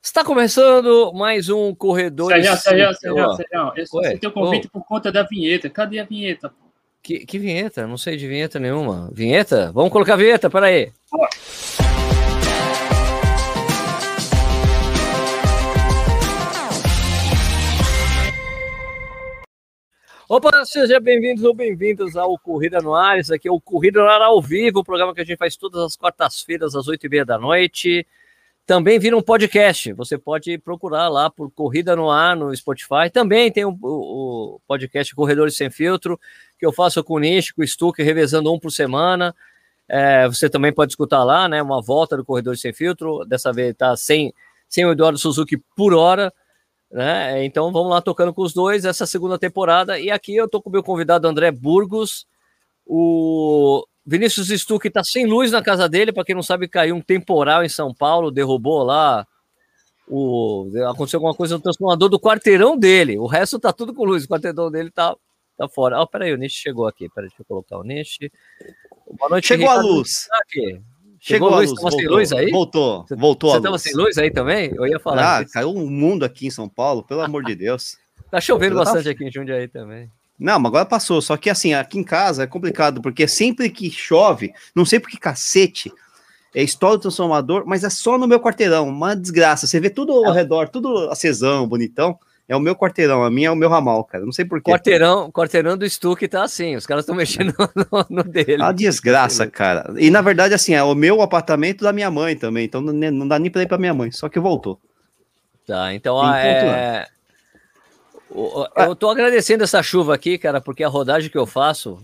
Está começando mais um Corredores... Sérgio, eu só aceitei o convite por conta da vinheta. Cadê a vinheta? Que vinheta? Não sei de vinheta nenhuma. Vinheta? Vamos colocar a vinheta, peraí. Opa, sejam bem-vindos ou bem-vindas ao Corrida no Ar. Esse aqui é o Corrida no Ar ao vivo, o programa que a gente faz todas as quartas-feiras, às 8h30 da noite. Também vira um podcast, você pode procurar lá por Corrida no Ar no Spotify. Também tem o podcast Corredores Sem Filtro, que eu faço com o Nish, com o Stuck, revezando um por semana. Você também pode escutar lá, né, uma volta do Corredores Sem Filtro. Dessa vez está sem o Eduardo Suzuki por hora, né? Então vamos lá tocando com os dois essa segunda temporada. E aqui eu estou com o meu convidado André Burgos, o Vinícius Stuck está sem luz na casa dele. Para quem não sabe, caiu um temporal em São Paulo, derrubou lá, aconteceu alguma coisa no transformador do quarteirão dele. O resto tá tudo com luz, o quarteirão dele tá fora. Peraí, o Nish chegou aqui. Peraí, deixa eu colocar o Nish. Boa noite, chegou Ricardo. A luz. Chegou a luz. Tava sem luz aí? Voltou. Você tava sem luz aí também? Eu ia falar. Caiu um mundo aqui em São Paulo, pelo amor de Deus. Tá chovendo bastante aqui em Jundiaí também. Não, mas agora passou, só que assim, aqui em casa é complicado, porque sempre que chove, não sei por que cacete, estoura o transformador, mas é só no meu quarteirão, uma desgraça, você vê tudo ao redor, tudo acesão, bonitão, é o meu quarteirão, a minha é o meu ramal, cara, não sei por quê. Quarteirão do Stuck tá assim, os caras estão mexendo no dele. A desgraça, cara, e na verdade assim, é o meu apartamento da minha mãe também, então não dá nem pra ir pra minha mãe, só que voltou. Tá, então eu tô agradecendo essa chuva aqui, cara, porque a rodagem que eu faço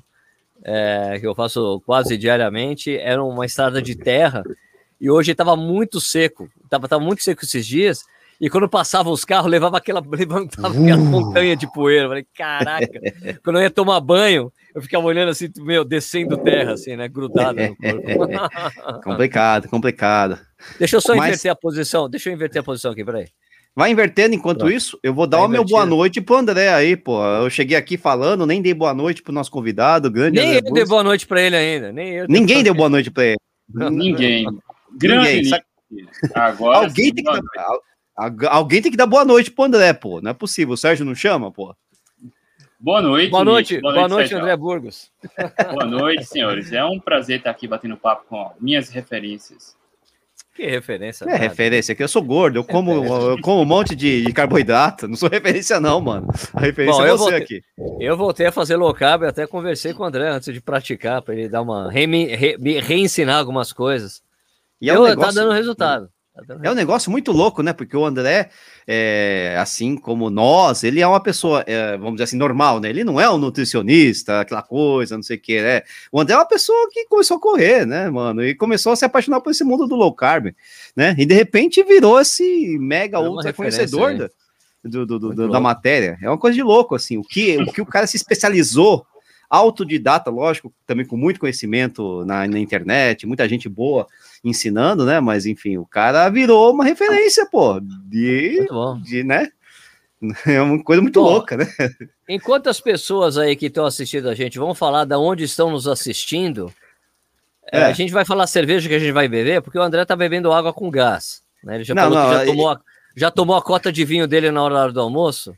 quase diariamente, era uma estrada de terra, e hoje estava muito seco, tava muito seco esses dias, e quando passavam os carros, levantava aquela montanha de poeira. Eu falei, caraca, quando eu ia tomar banho, eu ficava olhando assim, descendo terra, assim, né, grudada no corpo. Complicado. Deixa eu só inverter a posição, aqui, peraí. Vai invertendo, enquanto isso, eu vou dar o meu boa noite pro André aí, pô. Eu cheguei aqui falando, nem dei boa noite pro nosso convidado, grande Nem André eu dei boa noite pra ele ainda. Ninguém deu boa noite pra ele. Ninguém. Grande. Agora alguém tem que dar boa noite pro André, pô. Não é possível, o Sérgio não chama, pô. Boa noite, André Burgos. Boa noite, senhores. É um prazer estar aqui batendo papo com minhas referências. Que referência? Referência, que eu sou gordo, eu como um monte de carboidrato, não sou referência não, mano. A referência é você aqui. Eu voltei a fazer low carb, até conversei com o André antes de praticar, para ele dar uma reensinar algumas coisas. E tá dando resultado. É um negócio muito louco, né? Porque o André, assim como nós, ele é uma pessoa, vamos dizer assim, normal, né? Ele não é um nutricionista, aquela coisa, não sei o que, né? O André é uma pessoa que começou a correr, né, mano? E começou a se apaixonar por esse mundo do low carb, né? E de repente virou esse mega ultra conhecedor da matéria. É uma coisa de louco, assim. O que o cara se especializou, autodidata, lógico, também com muito conhecimento na internet, muita gente boa ensinando, né? Mas enfim, o cara virou uma referência, pô, né? É uma coisa muito louca, né? Enquanto as pessoas aí que estão assistindo a gente vão falar de onde estão nos assistindo, a gente vai falar cerveja que a gente vai beber, porque o André tá bebendo água com gás, né? Ele já já tomou a cota de vinho dele na hora do almoço.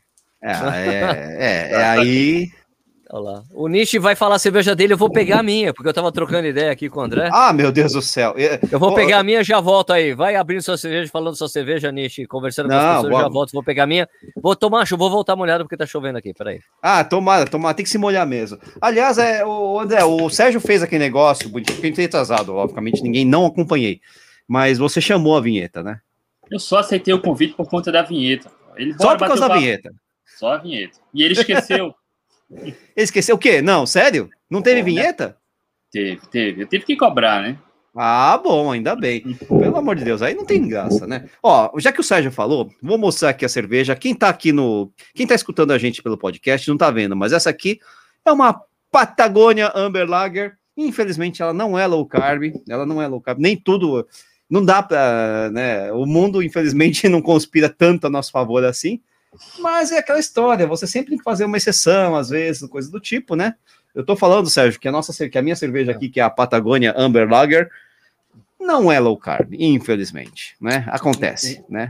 Aí... Olha lá. O Nish vai falar a cerveja dele, eu vou pegar a minha, porque eu tava trocando ideia aqui com o André. Ah, meu Deus do céu. Eu vou pegar a minha e já volto aí. Vai abrindo sua cerveja, falando sua cerveja, Nish, conversando com as pessoas, já volto, vou pegar a minha. Vou voltar molhado porque tá chovendo aqui, peraí. Ah, tomara, tem que se molhar mesmo. Aliás, o André, o Sérgio fez aquele negócio, fiquei atrasado, obviamente não acompanhei, mas você chamou a vinheta, né? Eu só aceitei o convite por conta da vinheta. Só por causa da vinheta? Só a vinheta. E ele esqueceu. Ele esqueceu o quê? Não, sério? Não teve vinheta? Teve. Eu tive que cobrar, né? Ah, bom, ainda bem. Pelo amor de Deus, aí não tem graça, né? Ó, já que o Sérgio falou, vou mostrar aqui a cerveja. Quem tá escutando a gente pelo podcast não tá vendo, mas essa aqui é uma Patagônia Amber Lager. Infelizmente, ela não é low carb, nem tudo, não dá pra, né? O mundo, infelizmente, não conspira tanto a nosso favor assim. Mas é aquela história, você sempre tem que fazer uma exceção, às vezes, coisa do tipo, né? Eu tô falando, Sérgio, que a minha cerveja aqui, que é a Patagônia Amber Lager, não é low carb, infelizmente, né? Acontece, né?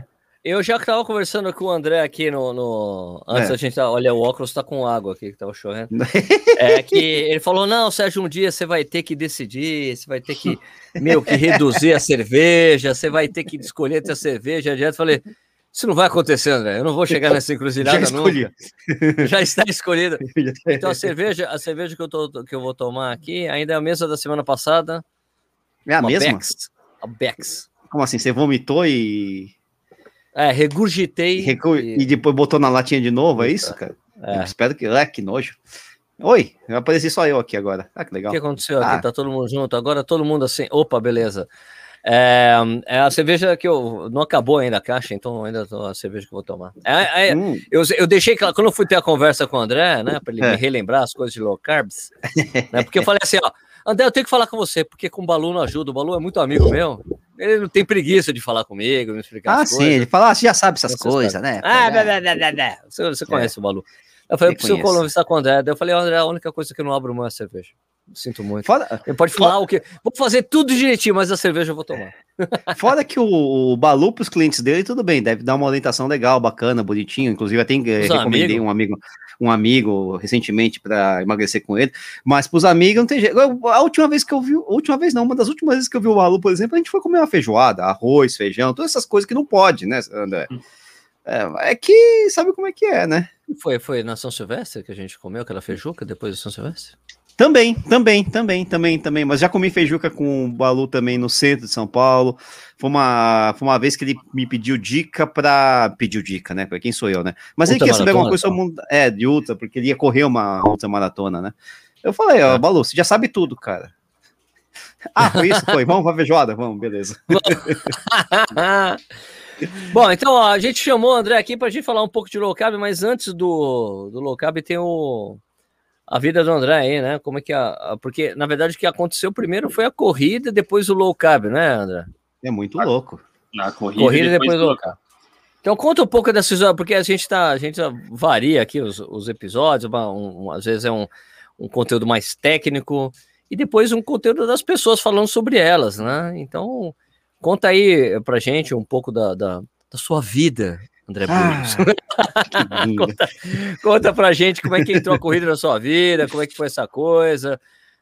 Eu já estava conversando com o André aqui antes da gente... Olha, o óculos tá com água aqui, que tava chorando. Que ele falou, não, Sérgio, um dia você vai ter que decidir, você vai ter que, que reduzir a cerveja, você vai ter que escolher entre a cerveja adiante. Eu falei, isso não vai acontecer, André, eu não vou chegar nessa encruzilhada nunca. Já está escolhida. Então a cerveja que eu vou tomar aqui ainda é a mesma da semana passada. É a mesma? A Beck's. Como assim, você vomitou e... regurgitei. E depois botou na latinha de novo, é isso, cara? Eu espero que... que nojo. Oi, apareci só eu aqui agora. Que legal. O que aconteceu aqui? Tá todo mundo junto, agora todo mundo assim... Opa, beleza. É a cerveja que não acabou ainda a caixa, então ainda tô a cerveja que eu vou tomar. Eu deixei, quando eu fui ter a conversa com o André, né, para ele me relembrar as coisas de low carbs, né, porque eu falei assim, André, eu tenho que falar com você, porque com o Balu não ajuda, o Balu é muito amigo meu, ele não tem preguiça de falar comigo, me explicar as coisas. Ele fala, você já sabe essas coisas, né? Você conhece o Balu. Eu falei, eu preciso conversar com o André. Daí eu falei, André, a única coisa que eu não abro mão é a cerveja. Sinto muito. Ele pode falar o quê? Vou fazer tudo direitinho, mas a cerveja eu vou tomar. Fora que o Balu, para os clientes dele, tudo bem, deve dar uma orientação legal, bacana, bonitinho. Inclusive, até recomendei um amigo recentemente para emagrecer com ele. Mas para os amigos não tem jeito. A última vez que eu vi, uma das últimas vezes que eu vi o Balu, por exemplo, a gente foi comer uma feijoada, arroz, feijão, todas essas coisas que não pode, né, André? É que sabe como é que é, né? Foi na São Silvestre que a gente comeu aquela feijuca depois da São Silvestre? Também, mas já comi feijuca com o Balu também no centro de São Paulo. Foi uma vez que ele me pediu dica, né? Pra quem sou eu, né? Mas ele queria saber alguma coisa sobre de ultra, porque ele ia correr uma ultramaratona, né? Eu falei, Balu, você já sabe tudo, cara. Foi isso? Foi. Vamos pra feijoada? Vamos, beleza. Bom, então a gente chamou o André aqui pra gente falar um pouco de low carb, mas antes do low carb tem a vida do André aí, né? Como é que porque, na verdade, o que aconteceu primeiro foi a corrida, depois o low carb, né, André? É muito louco. Na corrida depois o low carb. Então conta um pouco dessa história, porque a gente varia aqui os episódios, às vezes é um conteúdo mais técnico, e depois um conteúdo das pessoas falando sobre elas, né? Então, conta aí pra gente um pouco da sua vida, André Burgos. Conta pra gente como é que entrou a corrida na sua vida, como é que foi essa coisa.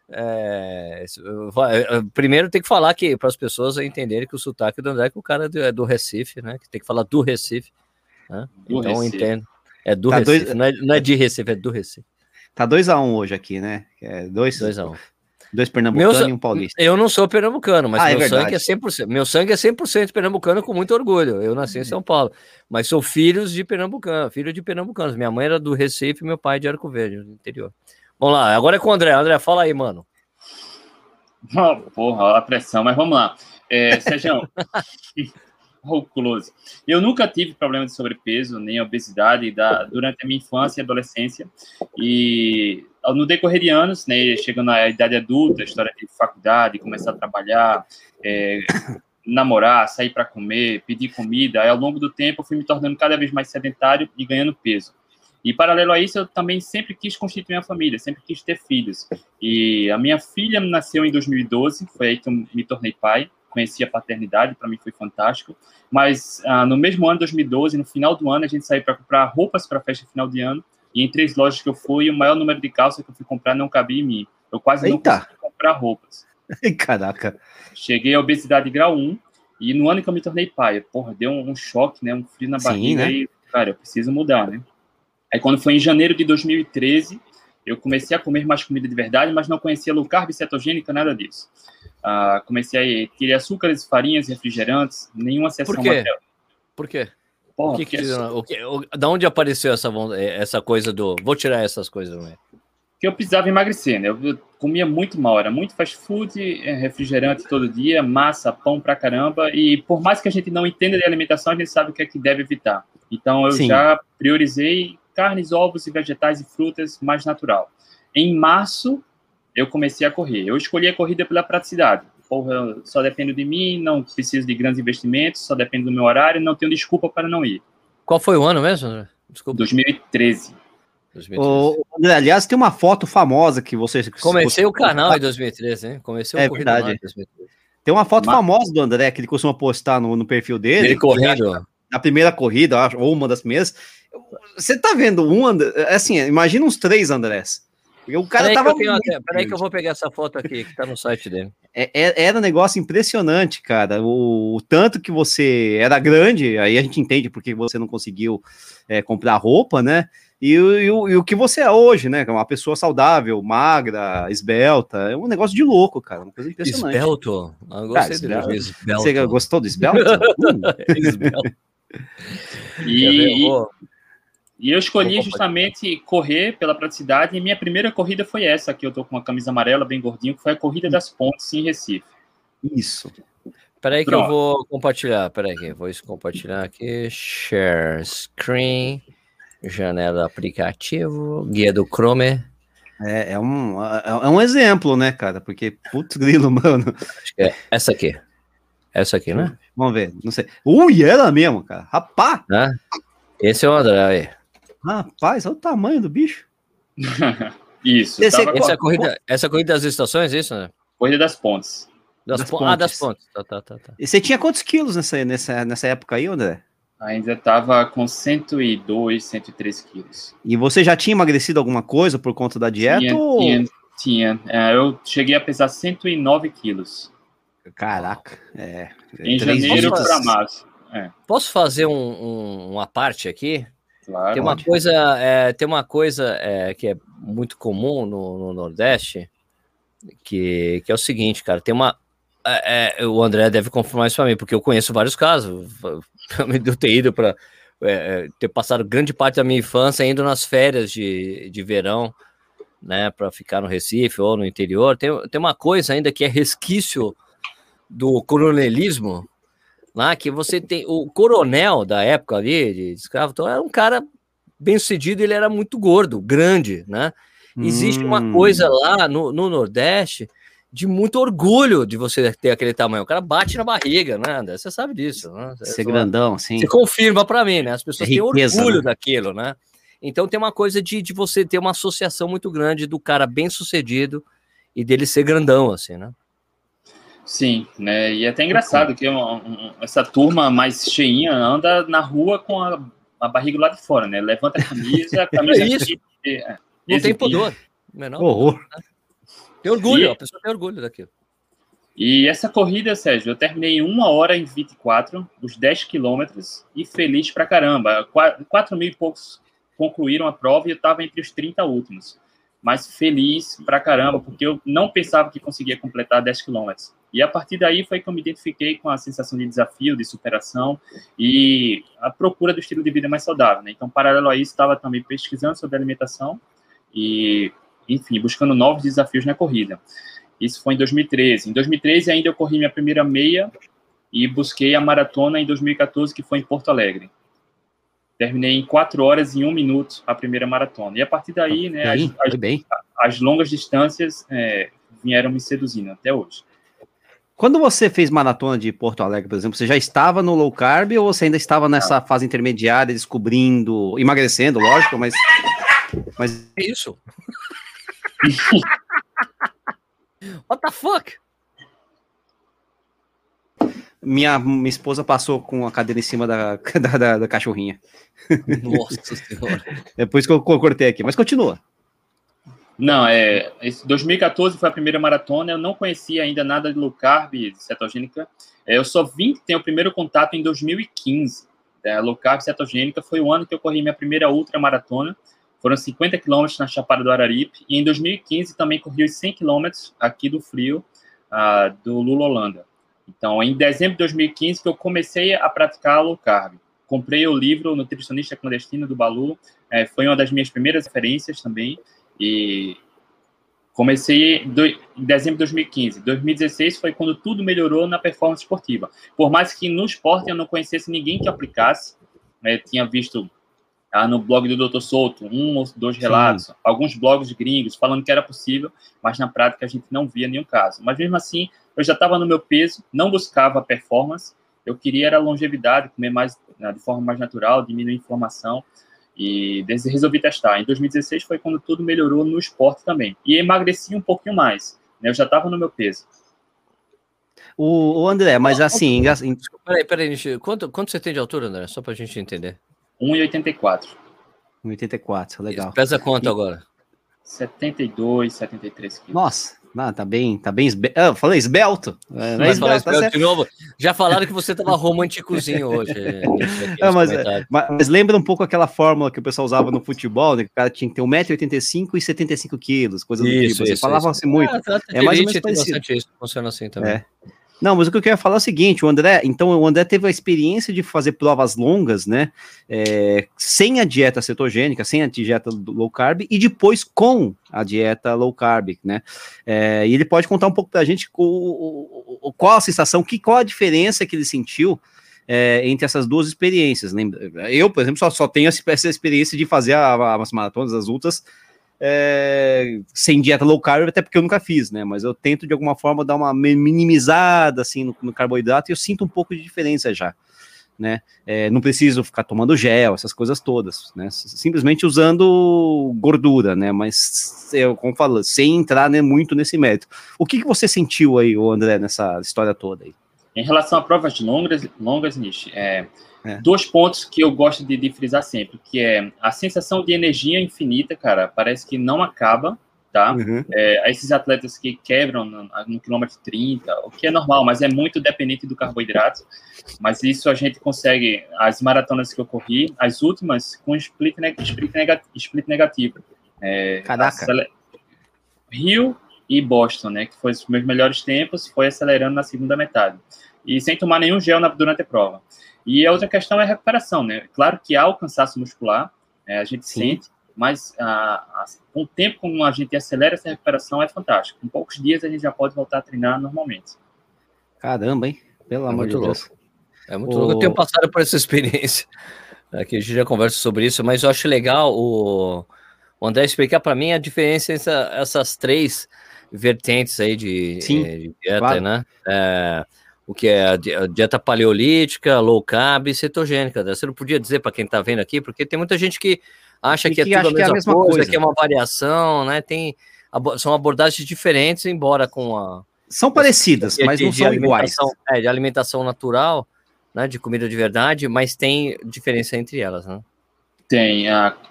Primeiro tem que falar para as pessoas entenderem que o sotaque do André, que o cara é do Recife, né? Que tem que falar do Recife. Né? Então entendo. É do Recife, não é de Recife, é do Recife. Tá 2-1 hoje aqui, né? 2-1. 2 pernambucanos e um paulista. Eu não sou pernambucano, mas meu sangue é 100%. Meu sangue é 100% pernambucano, com muito orgulho. Eu nasci em São Paulo, mas sou filho de pernambucanos. Minha mãe era do Recife e meu pai de Arco Verde, no interior. Vamos lá, agora é com o André. André, fala aí, mano. Porra, olha a pressão, mas vamos lá. Sérgio, close. Eu nunca tive problema de sobrepeso, nem obesidade durante a minha infância e adolescência. E no decorrer de anos, né, chegando à idade adulta, história de faculdade, começar a trabalhar, namorar, sair para comer, pedir comida, aí, ao longo do tempo eu fui me tornando cada vez mais sedentário e ganhando peso. E, paralelo a isso, eu também sempre quis constituir uma família, sempre quis ter filhos. E a minha filha nasceu em 2012, foi aí que eu me tornei pai, conheci a paternidade, para mim foi fantástico. Mas no mesmo ano, 2012, no final do ano, a gente saiu para comprar roupas para a festa de final de ano, e em 3 lojas que eu fui, o maior número de calças que eu fui comprar não cabia em mim. Eu quase não consegui comprar roupas. Caraca. Cheguei à obesidade grau 1, e no ano que eu me tornei pai, deu um choque, né, um frio na barriga, né? E, cara, eu preciso mudar, né? Aí, quando foi em janeiro de 2013, eu comecei a comer mais comida de verdade, mas não conhecia low carb, cetogênica, nada disso. Comecei a tirar açúcares, farinhas, refrigerantes, nenhuma sessão material. Por quê? Da onde apareceu essa coisa do... Vou tirar essas coisas, né? Que eu precisava emagrecer, né? Eu comia muito mal, era muito fast food, refrigerante todo dia, massa, pão pra caramba, e por mais que a gente não entenda de alimentação, a gente sabe o que é que deve evitar. Então, eu já priorizei carnes, ovos e vegetais e frutas mais natural. Em março, eu comecei a correr. Eu escolhi a corrida pela praticidade. Só dependo de mim, não preciso de grandes investimentos, só depende do meu horário, não tenho desculpa para não ir. Qual foi o ano mesmo, André? Desculpa. 2013. André, aliás, tem uma foto famosa que você... Comecei o canal em 2013, hein? Comecei o Corrida em 2013. Tem uma foto famosa do André que ele costuma postar no perfil dele. Ele correndo. na primeira corrida, ou uma das primeiras, você tá vendo assim, imagina uns 3 Andrés. Porque o cara tava. Peraí que eu vou pegar essa foto aqui, que tá no site dele. Era um negócio impressionante, cara. O tanto que você era grande, aí a gente entende porque você não conseguiu comprar roupa, né? E o que você é hoje, né? Uma pessoa saudável, magra, esbelta. É um negócio de louco, cara. Uma coisa impressionante. Esbelto? Eu gostei dele. Esbelto. Você gostou do esbelto? Esbelto. E eu escolhi justamente correr pela praticidade, e minha primeira corrida foi essa, que eu tô com uma camisa amarela, bem gordinho, que foi a Corrida das Pontes em Recife. Isso. Peraí que eu vou compartilhar, vou compartilhar aqui, share screen, janela aplicativo, guia do Chrome. É um exemplo, né, cara, porque, putz grilo, mano. Acho que é essa aqui, né? Vamos ver, não sei. Era mesmo, cara, rapaz! Esse é o André aí. Rapaz, olha o tamanho do bicho. Isso. Essa corrida das estações, isso, né? Corrida das Pontes. Das Pontes. Tá. E você tinha quantos quilos nessa época aí, André? Ainda estava com 102, 103 quilos. E você já tinha emagrecido alguma coisa por conta da dieta? Tinha. Eu cheguei a pesar 109 quilos. Caraca. Em janeiro para março. Posso fazer uma parte aqui? Claro. Tem uma coisa que é muito comum no Nordeste, que é o seguinte, cara, tem uma... o André deve confirmar isso para mim, porque eu conheço vários casos, eu ter ido para... ter passado grande parte da minha infância indo nas férias de verão, né, para ficar no Recife ou no interior. Tem uma coisa ainda que é resquício do coronelismo, lá que você tem o coronel da época ali de escravo, então era um cara bem sucedido, ele era muito gordo, grande, né? Existe uma coisa lá no Nordeste de muito orgulho de você ter aquele tamanho. O cara bate na barriga, né, André? Você sabe disso, né? Ser grandão, sim. Você confirma para mim, né? As pessoas têm orgulho, né, daquilo, né? Então tem uma coisa de você ter uma associação muito grande do cara bem sucedido e dele ser grandão, assim, né? Sim, né? E é até engraçado que essa turma mais cheinha anda na rua com a barriga lá de fora, né? Levanta a camisa é isso. Não tem pudor. Menor horror. Pudor, né? Tem orgulho, a pessoa tem orgulho daquilo. E essa corrida, Sérgio, eu terminei em 1h24, os 10 quilômetros, e feliz pra caramba. 4 mil e poucos concluíram a prova e eu estava entre os 30 últimos. Mas feliz pra caramba, porque eu não pensava que conseguia completar 10 quilômetros. E a partir daí foi que eu me identifiquei com a sensação de desafio, de superação e a procura do estilo de vida mais saudável, né? Então, paralelo a isso, estava também pesquisando sobre alimentação e, enfim, buscando novos desafios na corrida. Isso foi em 2013. Em 2013, ainda eu corri minha primeira meia e busquei a maratona em 2014, que foi em Porto Alegre. Terminei em 4 horas e 1 minuto a primeira maratona. E a partir daí, né, as longas distâncias vieram me seduzindo até hoje. Quando você fez maratona de Porto Alegre, por exemplo, você já estava no low carb ou você ainda estava nessa fase intermediária, descobrindo, emagrecendo, lógico, mas... É isso? What the fuck? Minha esposa passou com a cadeira em cima da cachorrinha. Nossa Senhora. É por isso que eu cortei aqui, mas continua. Não, 2014 foi a primeira maratona, eu não conhecia ainda nada de low carb, de cetogênica. Eu só vim ter o primeiro contato em 2015. Low carb cetogênica foi o ano que eu corri minha primeira ultramaratona. Foram 50 quilômetros na Chapada do Araripe. E em 2015 também corri os 100 quilômetros aqui do Frio, do Lula Holanda. Então, em dezembro de 2015 que eu comecei a praticar low carb. Comprei o livro Nutricionista Clandestino do Balu. Foi uma das minhas primeiras referências também. E comecei em dezembro de 2015. 2016 foi quando tudo melhorou na performance esportiva. Por mais que no esporte eu não conhecesse ninguém que aplicasse, tinha visto no blog do Dr. Souto 1 ou 2 relatos, alguns blogs gringos falando que era possível, mas na prática a gente não via nenhum caso. Mas mesmo assim, eu já estava no meu peso, não buscava performance, eu queria era longevidade, comer mais de forma mais natural, diminuir a inflamação. E resolvi testar. Em 2016 foi quando tudo melhorou no esporte também. E emagreci um pouquinho mais. Né? Eu já estava no meu peso. O André, mas assim... Peraí, quanto você tem de altura, André? Só pra gente entender. 1,84. 1,84, legal. Pesa quanto agora? 72, 73 quilos. Nossa, tá bem eu falei esbelto. Vai falar esbelto de novo? Já falaram que você tava românticozinho hoje. Mas lembra um pouco aquela fórmula que o pessoal usava no futebol, né? Que o cara tinha que ter 1,85 m e 75 quilos, coisa do tipo. Você falava assim muito. É mais ou menos parecido. Isso funciona assim também. Não, mas o que eu queria falar é o seguinte, o André teve a experiência de fazer provas longas, né, sem a dieta cetogênica, sem a dieta low carb, e depois com a dieta low carb, né, e ele pode contar um pouco pra gente qual a sensação, qual a diferença que ele sentiu entre essas duas experiências. Lembra? Eu, por exemplo, só tenho essa experiência de fazer as maratonas, as ultras, sem dieta low carb, até porque eu nunca fiz, né, mas eu tento de alguma forma dar uma minimizada assim no carboidrato, e eu sinto um pouco de diferença já, né, não preciso ficar tomando gel, essas coisas todas, né, simplesmente usando gordura, né, mas como falo, sem entrar, né, muito nesse mérito. O que você sentiu aí, André, nessa história toda aí? Em relação a provas longas, Nish, dois pontos que eu gosto de frisar sempre, que é a sensação de energia infinita, cara, parece que não acaba, tá? Uhum. Esses atletas que quebram no quilômetro 30, o que é normal, mas é muito dependente do carboidrato, mas isso a gente consegue, as maratonas que eu corri, as últimas, com split negativo. Caraca! Rio e Boston, né, que foi os meus melhores tempos, foi acelerando na segunda metade, e sem tomar nenhum gel durante a prova. E a outra questão é a recuperação, né? Claro que há o cansaço muscular, a gente sente, mas com o tempo como a gente acelera essa recuperação é fantástico. Em poucos dias a gente já pode voltar a treinar normalmente. Caramba, hein? Pelo amor de Deus. É muito louco. Eu tenho passado por essa experiência. Aqui a gente já conversa sobre isso, mas eu acho legal o André explicar para mim a diferença entre essas três vertentes aí de dieta, claro, né? O que é a dieta paleolítica, low carb e cetogênica. Você não podia dizer para quem está vendo aqui, porque tem muita gente que acha que é tudo a mesma coisa, que é uma variação, né? São abordagens diferentes, embora com a... São parecidas, mas não são iguais. De alimentação natural, né? De comida de verdade, mas tem diferença entre elas, né? Tem.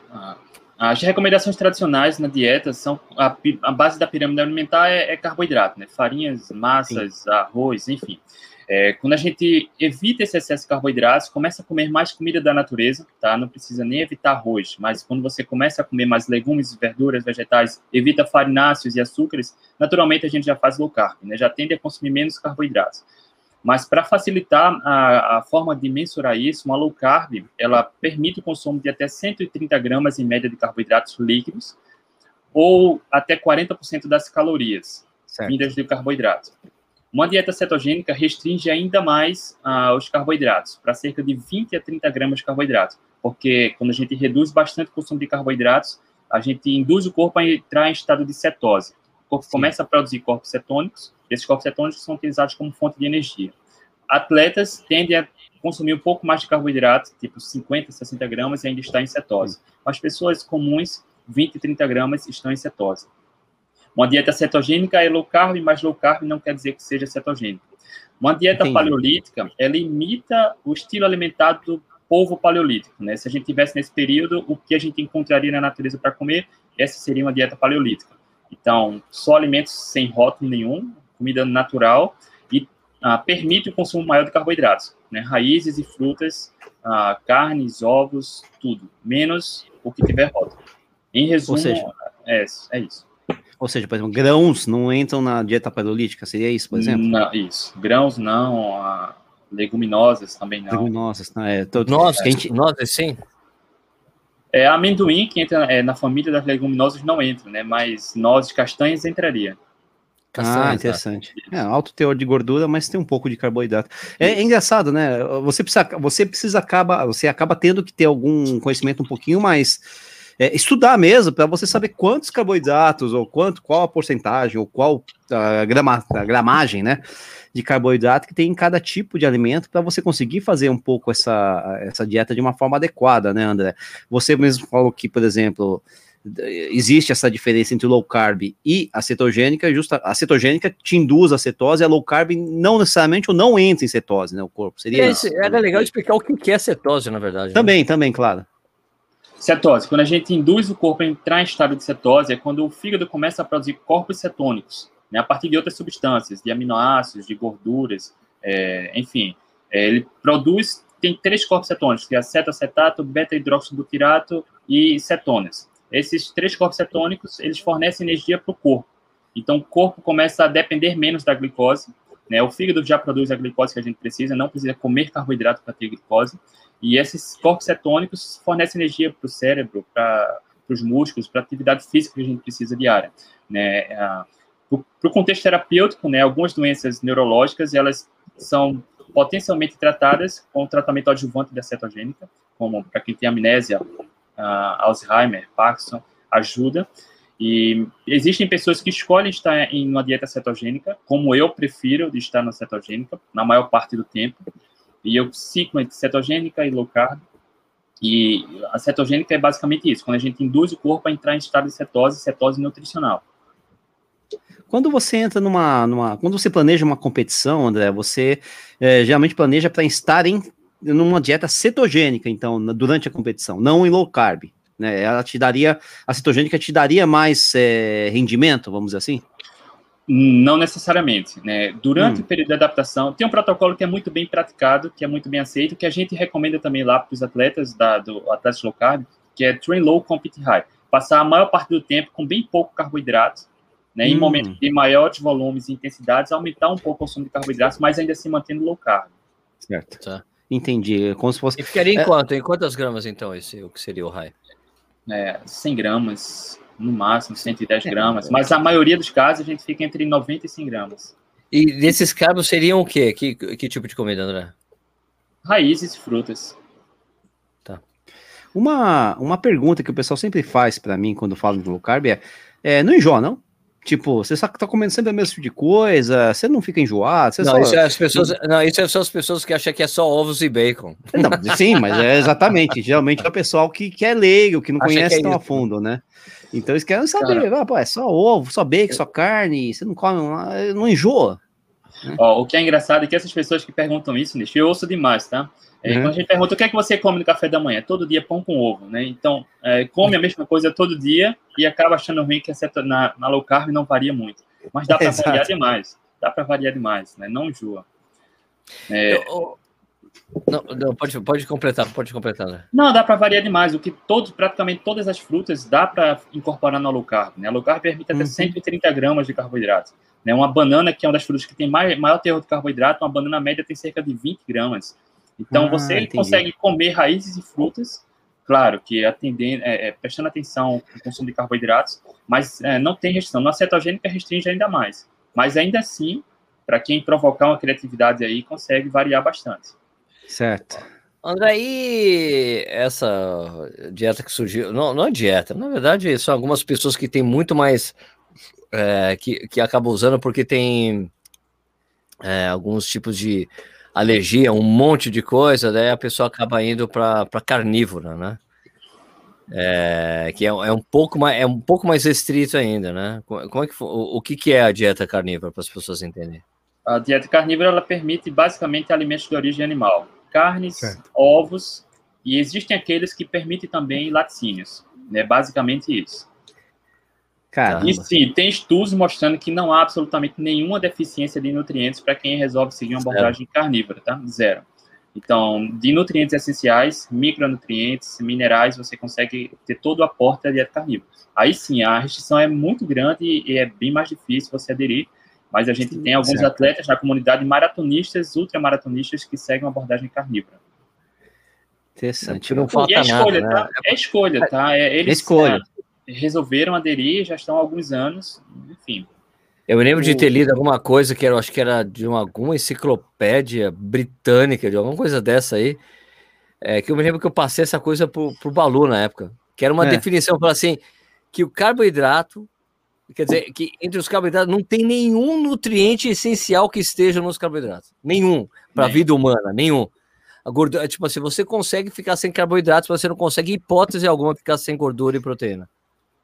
As recomendações tradicionais na dieta são a base da pirâmide alimentar é carboidrato, né? Farinhas, massas, arroz, enfim. Quando a gente evita esse excesso de carboidratos, começa a comer mais comida da natureza, tá? Não precisa nem evitar arroz, mas quando você começa a comer mais legumes, verduras, vegetais, evita farináceos e açúcares, naturalmente a gente já faz low carb, né? Já tende a consumir menos carboidratos. Mas para facilitar a forma de mensurar isso, uma low carb, ela permite o consumo de até 130 gramas em média de carboidratos líquidos ou até 40% das calorias vindas do carboidrato. Uma dieta cetogênica restringe ainda mais os carboidratos, para cerca de 20 a 30 gramas de carboidratos, porque quando a gente reduz bastante o consumo de carboidratos, a gente induz o corpo a entrar em estado de cetose. O corpo começa a produzir corpos cetônicos, e esses corpos cetônicos são utilizados como fonte de energia. Atletas tendem a consumir um pouco mais de carboidrato, tipo 50, 60 gramas, e ainda está em cetose. As pessoas comuns, 20, 30 gramas, estão em cetose. Uma dieta cetogênica é low carb, mas low carb não quer dizer que seja cetogênica. Uma dieta paleolítica, ela imita o estilo alimentar do povo paleolítico, né? Se a gente tivesse nesse período, o que a gente encontraria na natureza para comer, essa seria uma dieta paleolítica. Então, só alimentos sem rótulo nenhum, comida natural, e permite o consumo maior de carboidratos, né? Raízes e frutas, carnes, ovos, tudo, menos o que tiver rótulo. Em resumo, é isso. Ou seja, por exemplo, grãos não entram na dieta paleolítica, seria isso, por exemplo? Não, isso. Grãos não, leguminosas também não. Leguminosas, nozes, sim. Amendoim, que entra na família das leguminosas, não entra, né? Mas nozes, castanhas entraria. Interessante. Alto teor de gordura, mas tem um pouco de carboidrato. É engraçado, né? Você acaba tendo que ter algum conhecimento um pouquinho mais... estudar mesmo, para você saber quantos carboidratos, ou qual a porcentagem, ou qual a gramagem, né, de carboidrato que tem em cada tipo de alimento, para você conseguir fazer um pouco essa dieta de uma forma adequada, né, André? Você mesmo falou que, por exemplo, existe essa diferença entre o low carb e a cetogênica, a cetogênica te induz a cetose, a low carb não necessariamente ou não entra em cetose, né, o corpo. Seria isso. Era legal explicar o que é cetose, na verdade. Também, claro. Cetose, quando a gente induz o corpo a entrar em estado de cetose, é quando o fígado começa a produzir corpos cetônicos, né, a partir de outras substâncias, de aminoácidos, de gorduras, enfim. Ele produz, tem 3 corpos cetônicos, que é acetoacetato, beta-hidroxibutirato e cetonas. Esses 3 corpos cetônicos, eles fornecem energia para o corpo. Então, o corpo começa a depender menos da glicose, né? O fígado já produz a glicose que a gente precisa, não precisa comer carboidrato para ter glicose. E esses corpos cetônicos fornecem energia para o cérebro, para os músculos, para a atividade física que a gente precisa diária, né? Para o contexto terapêutico, né, algumas doenças neurológicas, elas são potencialmente tratadas com o tratamento adjuvante da cetogênica, como para quem tem amnésia, Alzheimer, Parkinson, ajuda. E existem pessoas que escolhem estar em uma dieta cetogênica, como eu prefiro de estar na cetogênica, na maior parte do tempo. E eu ciclo entre cetogênica e low carb. E a cetogênica é basicamente isso, quando a gente induz o corpo a entrar em estado de cetose nutricional. Quando você entra quando você planeja uma competição, André, você geralmente planeja para estar numa dieta cetogênica, então, durante a competição, não em low carb, né? A cetogênica te daria mais rendimento, vamos dizer assim? Não necessariamente, né? Durante o período de adaptação, tem um protocolo que é muito bem praticado, que é muito bem aceito, que a gente recomenda também lá para os atletas do Atlético Low Carb, que é Train Low, Compete High. Passar a maior parte do tempo com bem pouco carboidrato, né? Em momentos de maiores volumes e intensidades, aumentar um pouco o consumo de carboidratos, mas ainda assim mantendo low carb. Certo. Tá. Entendi. Como se fosse... E ficaria em quantas gramas, então, o que seria o high? 100 gramas... no máximo 110 gramas, mas a maioria dos casos a gente fica entre 90 e 100 gramas. E desses carbos seriam o quê? Que tipo de comida, André? Raízes e frutas. Tá. Uma pergunta que o pessoal sempre faz para mim quando falo de low carb não enjoa, não? Tipo, você só tá comendo sempre o mesmo tipo de coisa, você não fica enjoado? Não, isso são as pessoas que acham que é só ovos e bacon. Não, sim, mas exatamente. Geralmente é o pessoal que é leigo, que não conhece tão a fundo, né? Então eles querem saber, é só ovo, só bacon, só carne, você não come, não enjoa. Né? Ó, o que é engraçado é que essas pessoas que perguntam isso, Nish, eu ouço demais, tá? Quando a gente pergunta o que é que você come no café da manhã, todo dia pão com ovo, né? Então, come a mesma coisa todo dia e acaba achando ruim que na low carb não varia muito. Mas dá para variar demais, né? Não enjoa. Não, pode completar, né? Não, dá para variar demais. Praticamente todas as frutas dá para incorporar na low carb, né? A low carb permite até 130 gramas de carboidrato. Né? Uma banana, que é uma das frutas que tem maior teor de carboidrato, uma banana média tem cerca de 20 gramas. Então, você consegue comer raízes e frutas, claro, que prestando atenção no consumo de carboidratos, mas não tem restrição. Na cetogênica restringe ainda mais. Mas ainda assim, para quem provocar uma criatividade aí, consegue variar bastante. Certo. André, e essa dieta que surgiu, não é dieta, na verdade são algumas pessoas que têm muito mais, que acabam usando porque tem alguns tipos de alergia, um monte de coisa, daí a pessoa acaba indo para carnívora, né? Que é um pouco mais restrito ainda, né? Como é que o que é a dieta carnívora para as pessoas entenderem? A dieta carnívora ela permite basicamente alimentos de origem animal, carnes, ovos, e existem aqueles que permitem também laticínios, né? Basicamente isso. Caramba. E sim, tem estudos mostrando que não há absolutamente nenhuma deficiência de nutrientes para quem resolve seguir uma abordagem carnívora, tá? Zero. Então, de nutrientes essenciais, micronutrientes, minerais, você consegue ter todo o aporte da dieta carnívora. Aí sim, a restrição é muito grande e é bem mais difícil você aderir, mas a gente tem alguns atletas na comunidade, maratonistas, ultramaratonistas, que seguem uma abordagem carnívora. Interessante. Não falta e é escolha, nada, tá? Né? É escolha, tá? Eles resolveram aderir, já estão há alguns anos, enfim. Eu me lembro de ter lido alguma coisa que eu acho que era de alguma enciclopédia britânica, de alguma coisa dessa aí, que eu me lembro que eu passei essa coisa pro Balu na época, que era uma definição para assim, que o carboidrato, quer dizer, que entre os carboidratos não tem nenhum nutriente essencial que esteja nos carboidratos, nenhum, para a vida humana, nenhum. A gordura, tipo assim, você consegue ficar sem carboidratos, mas você não consegue, hipótese alguma, ficar sem gordura e proteína.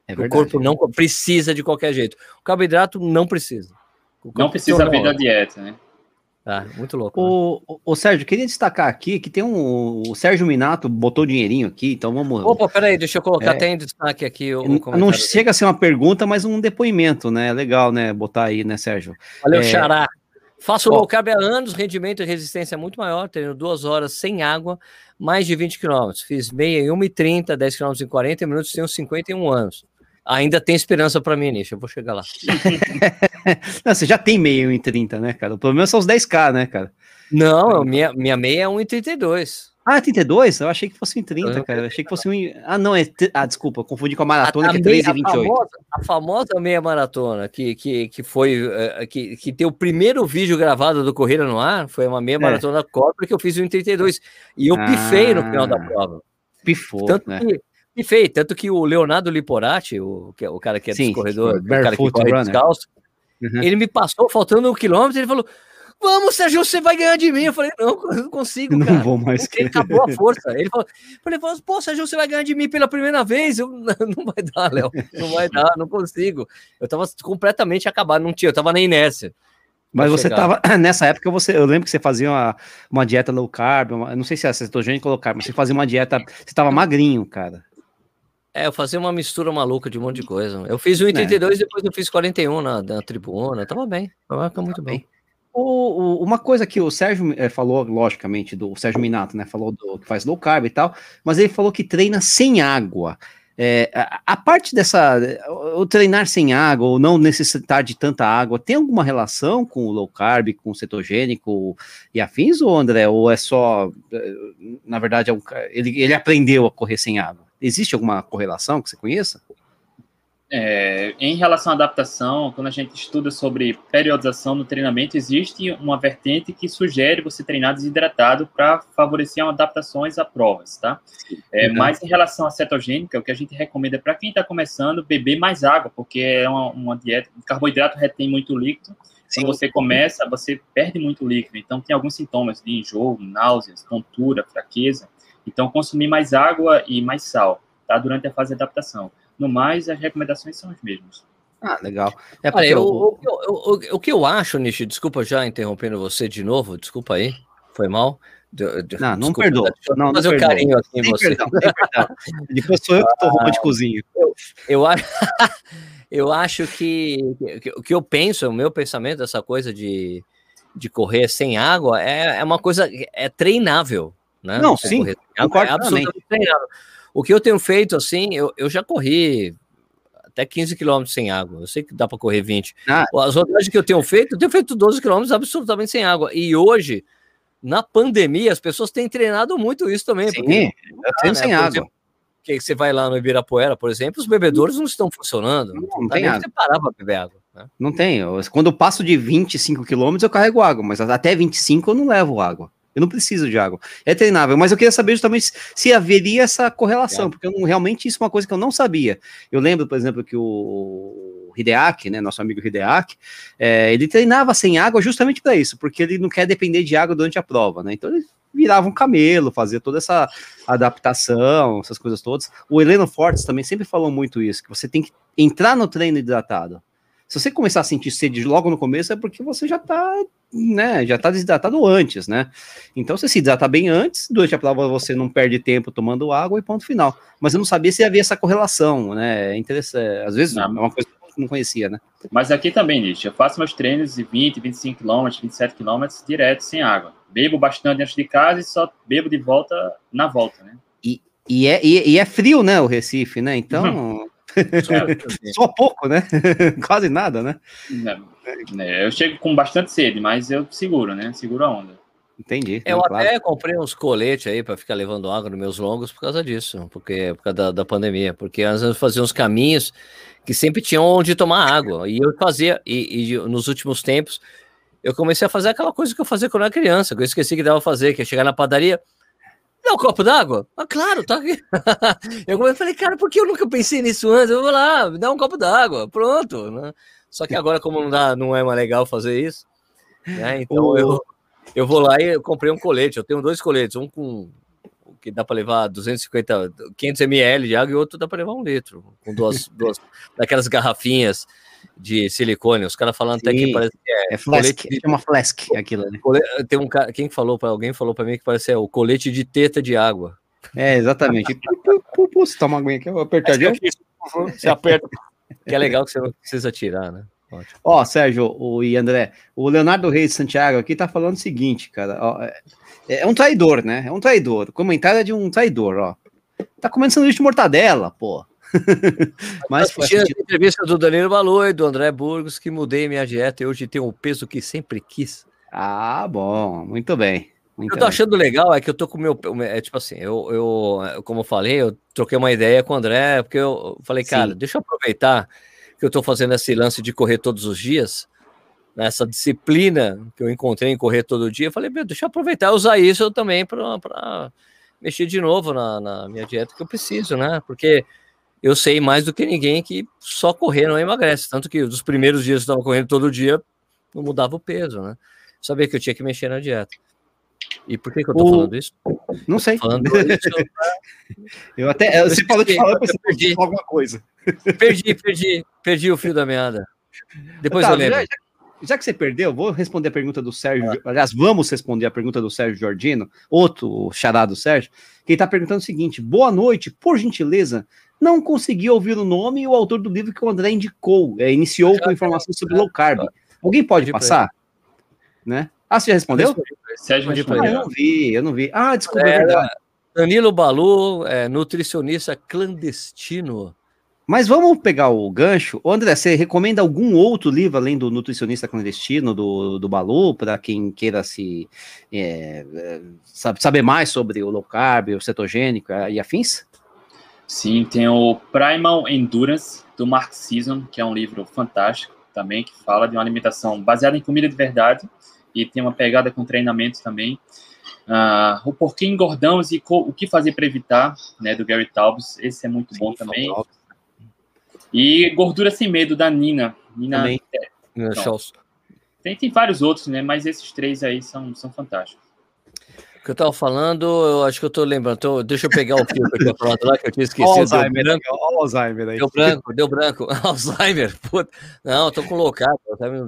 O corpo não precisa de qualquer jeito. O carboidrato não precisa. Não precisa vir da dieta, né? Muito louco. O Sérgio, queria destacar aqui que tem o Sérgio Minato botou dinheirinho aqui, então vamos... Opa, peraí, deixa eu colocar até em destaque aqui não chega a ser uma pergunta, mas um depoimento, né? Legal, né? Botar aí, né, Sérgio? Valeu, Xará. Faço low carb há anos, rendimento e resistência muito maior, treino 2 horas sem água, mais de 20 km. Fiz meia em 1h30, 10 km em 40 minutos, tenho 51 anos. Ainda tem esperança para mim, Nish, eu vou chegar lá. Não, você já tem meia 1h30, né, cara? O problema são os 10K, né, cara? Não, minha meia é 1h32. 32? Eu achei que fosse 1h30, cara. Eu achei que fosse não, desculpa, eu confundi com a maratona, que é 3h28. A famosa meia maratona, que foi, que tem o primeiro vídeo gravado do Corrida no Ar, foi uma meia maratona Copa que eu fiz em 1h32. E eu pifei no final da prova. Pifou, tanto que o Leonardo Liporati, o cara que é dos corredores, o cara que corre descalço, ele me passou faltando 1 quilômetro, ele falou: vamos, Sérgio, você vai ganhar de mim. Eu falei, não, eu não consigo, cara. Não vou mais. Acabou a força. Ele falou, pô, Sérgio, você vai ganhar de mim pela primeira vez. Não vai dar, Léo. Não vai dar, não consigo. Eu tava completamente acabado, eu tava na inércia. Mas você tava, nessa época, eu lembro que você fazia uma dieta low carb, não sei se é cetogênico ou low carb, mas você fazia uma dieta, você tava magrinho, cara. Eu fazia uma mistura maluca de um monte de coisa. Eu fiz 1h32, depois eu fiz 41 na tribuna, tava bem, tava muito bem. Uma coisa que o Sérgio falou, logicamente, do Sérgio Minato, né, falou que faz low carb e tal, mas ele falou que treina sem água. A parte o treinar sem água, ou não necessitar de tanta água, tem alguma relação com o low carb, com o cetogênico e afins, ou André? Ou é só, na verdade, ele aprendeu a correr sem água? Existe alguma correlação que você conheça? Em relação à adaptação, quando a gente estuda sobre periodização no treinamento, existe uma vertente que sugere você treinar desidratado para favorecer adaptações a provas, tá? Mas em relação à cetogênica, o que a gente recomenda para quem está começando, beber mais água, porque é uma dieta, o carboidrato retém muito líquido. Quando você começa, você perde muito líquido. Então, tem alguns sintomas de enjoo, náuseas, tontura, fraqueza. Então, consumir mais água e mais sal, tá? Durante a fase de adaptação. No mais, as recomendações são as mesmas. Legal. O que eu acho, Nishi, desculpa já interrompendo você de novo, desculpa aí, foi mal. Não perdoa. Não fazer o carinho aqui em você. Perdão. Depois sou eu que estou românticozinho. Eu acho que o que eu penso, o meu pensamento dessa coisa de correr sem água é uma coisa, treinável, né? Não, sim, concordo, é absolutamente treinável. O que eu tenho feito, assim, eu já corri até 15 km sem água. Eu sei que dá para correr 20. As rodagens que eu tenho feito 12 km absolutamente sem água. E hoje, na pandemia, as pessoas têm treinado muito isso também. Sim, eu treino sem água. Exemplo, que você vai lá no Ibirapuera, por exemplo, os bebedouros não estão funcionando. Não tem água. Você parar para beber água. Né? Não tem. Quando eu passo de 25 km, eu carrego água. Mas até 25 eu não levo água. Eu não preciso de água. É treinável, mas eu queria saber justamente se haveria essa correlação, porque realmente isso é uma coisa que eu não sabia. Eu lembro, por exemplo, que o Hideaki, né, nosso amigo Hideaki, ele treinava sem água justamente para isso, porque ele não quer depender de água durante a prova, né? Então ele virava um camelo, fazia toda essa adaptação, essas coisas todas. O Heleno Fortes também sempre falou muito isso, que você tem que entrar no treino hidratado. Se você começar a sentir sede logo no começo, é porque você já tá desidratado antes, né? Então, se hidratar bem antes, durante a prova você não perde tempo tomando água e ponto final. Mas eu não sabia se havia essa correlação, né? É interessante. Às vezes é uma coisa que eu não conhecia, né? Mas aqui também, Nietzsche, eu faço meus treinos de 20, 25 km, 27 km direto, sem água. Bebo bastante antes de casa e só bebo de volta na volta, né? E é frio, né, o Recife, né? Então... Só pouco, né? Quase nada, né? Eu chego com bastante sede, mas eu seguro, né? Seguro a onda. Entendi. Eu até comprei uns coletes aí para ficar levando água nos meus longos por causa disso, por causa da pandemia, porque às vezes eu fazia uns caminhos que sempre tinham onde tomar água, e eu fazia, e nos últimos tempos eu comecei a fazer aquela coisa que eu fazia quando eu era criança, que eu esqueci que dava pra fazer, que é chegar na padaria, dá um copo d'água? Claro, tá aqui. Eu falei, cara, por que eu nunca pensei nisso antes? Eu vou lá, me dá um copo d'água, pronto, né? Só que agora, como não é mais legal fazer isso, né? Então eu vou lá e eu comprei um colete. Eu tenho 2 coletes, um com que dá para levar 500 ml de água, e outro dá para levar 1 litro, com duas daquelas garrafinhas de silicone. Os caras falando até que parece que é flask, é uma flask aquilo, né? Tem um cara, alguém falou para mim que parece o colete de teta de água. É, exatamente. Você toma uma aguinha aqui, eu vou apertar de você aperta. Que é legal que você não precisa tirar, né? Ó, Sérgio e André, o Leonardo Reis Santiago aqui tá falando o seguinte, cara, ó, é um traidor, né? É um traidor. O comentário é de um traidor, ó. Tá comendo sanduíche de mortadela, pô. Mas assistindo a entrevista do Danilo Balu e do André Burgos, que mudei minha dieta e hoje tenho o peso que sempre quis. Ah, bom, muito bem. O que eu tô achando legal é que eu tô com o meu. Tipo assim, como eu falei, eu troquei uma ideia com o André, porque eu falei, cara, deixa eu aproveitar que eu tô fazendo esse lance de correr todos os dias, nessa disciplina que eu encontrei em correr todo dia. Eu falei, deixa eu aproveitar e usar isso também para mexer de novo na minha dieta que eu preciso, né? Porque eu sei mais do que ninguém que só correr não emagrece. Tanto que dos primeiros dias que eu estava correndo todo dia, não mudava o peso, né? Sabia que eu tinha que mexer na dieta. E por que eu tô falando isso? Não sei. Falando isso, você falou de falar, eu perdi alguma coisa. Perdi o fio da meada. Depois eu lembro. Já que você perdeu, vou responder a pergunta do Sérgio. Aliás, vamos responder a pergunta do Sérgio Giordino, outro xará do Sérgio, que está perguntando o seguinte: boa noite, por gentileza, não consegui ouvir o nome e o autor do livro que o André indicou, iniciou com informações sobre low carb. Alguém pode passar? Né? Você já respondeu? Sérgio respondeu. Eu não vi. Desculpa, é verdade. Danilo Balu, nutricionista clandestino. Mas vamos pegar o gancho. Ô, André, você recomenda algum outro livro além do Nutricionista Clandestino, do Balu, para quem queira saber mais sobre o low carb, o cetogênico e afins? Sim, tem o Primal Endurance, do Mark Sisson, que é um livro fantástico também, que fala de uma alimentação baseada em comida de verdade, e tem uma pegada com treinamento também. O Porquê Engordamos e o que Fazer para Evitar, né, do Gary Taubes, esse é muito bom também. E Gordura Sem Medo, da Nina. Também. Tem vários outros, né, mas esses 3 aí são fantásticos. O que eu tava falando, eu acho que eu tô lembrando. Deixa eu pegar o fio que eu tinha falado lá, que eu tinha esquecido. Alzheimer aí. Deu branco. Alzheimer, puta. Não, eu tô com low carb.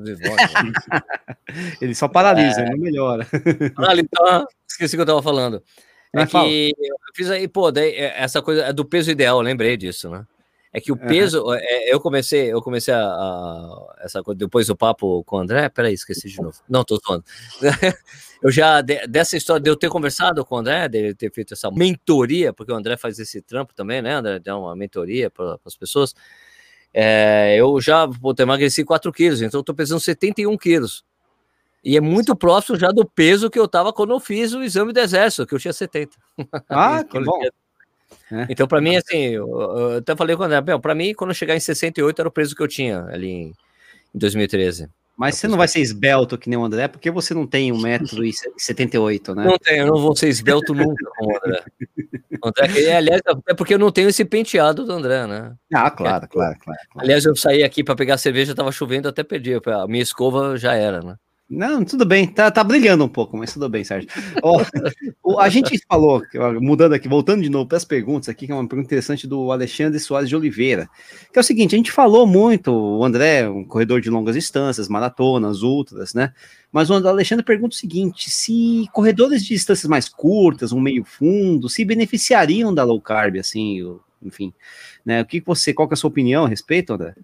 Ele só paralisa, ele não melhora. Então, esqueci o que eu tava falando. Que eu fiz aí, essa coisa do peso ideal, eu lembrei disso, né? É que o peso, eu comecei essa coisa, depois do papo com o André, peraí, esqueci de novo. Não, tô falando. Eu já, dessa história de eu ter conversado com o André, de ter feito essa mentoria, porque o André faz esse trampo também, né, André? Dá uma mentoria para as pessoas. Eu já emagreci 4 quilos, então eu tô pesando 71 quilos. E é muito próximo já do peso que eu tava quando eu fiz o exame do exército, que eu tinha 70. Que bom. Então, para mim, assim, eu até falei com o André, para mim, quando eu chegar em 68, era o peso que eu tinha ali em 2013. Mas você não vai ser esbelto que nem o André, porque você não tem 1,78 m, né? Não tenho, eu não vou ser esbelto nunca com o André. Aliás, é porque eu não tenho esse penteado do André, né? Claro. Aliás, eu saí aqui para pegar cerveja, tava chovendo, até perdi. A minha escova já era, né? Não, tudo bem, tá brilhando um pouco, mas tudo bem, Sérgio. A gente falou, mudando aqui, voltando de novo para as perguntas aqui, que é uma pergunta interessante do Alexandre Soares de Oliveira, que é o seguinte: a gente falou muito, o André, um corredor de longas distâncias, maratonas, ultras, né? Mas o Alexandre pergunta o seguinte: se corredores de distâncias mais curtas, um meio fundo, se beneficiariam da low carb, assim, enfim, né? Qual que é a sua opinião a respeito, André?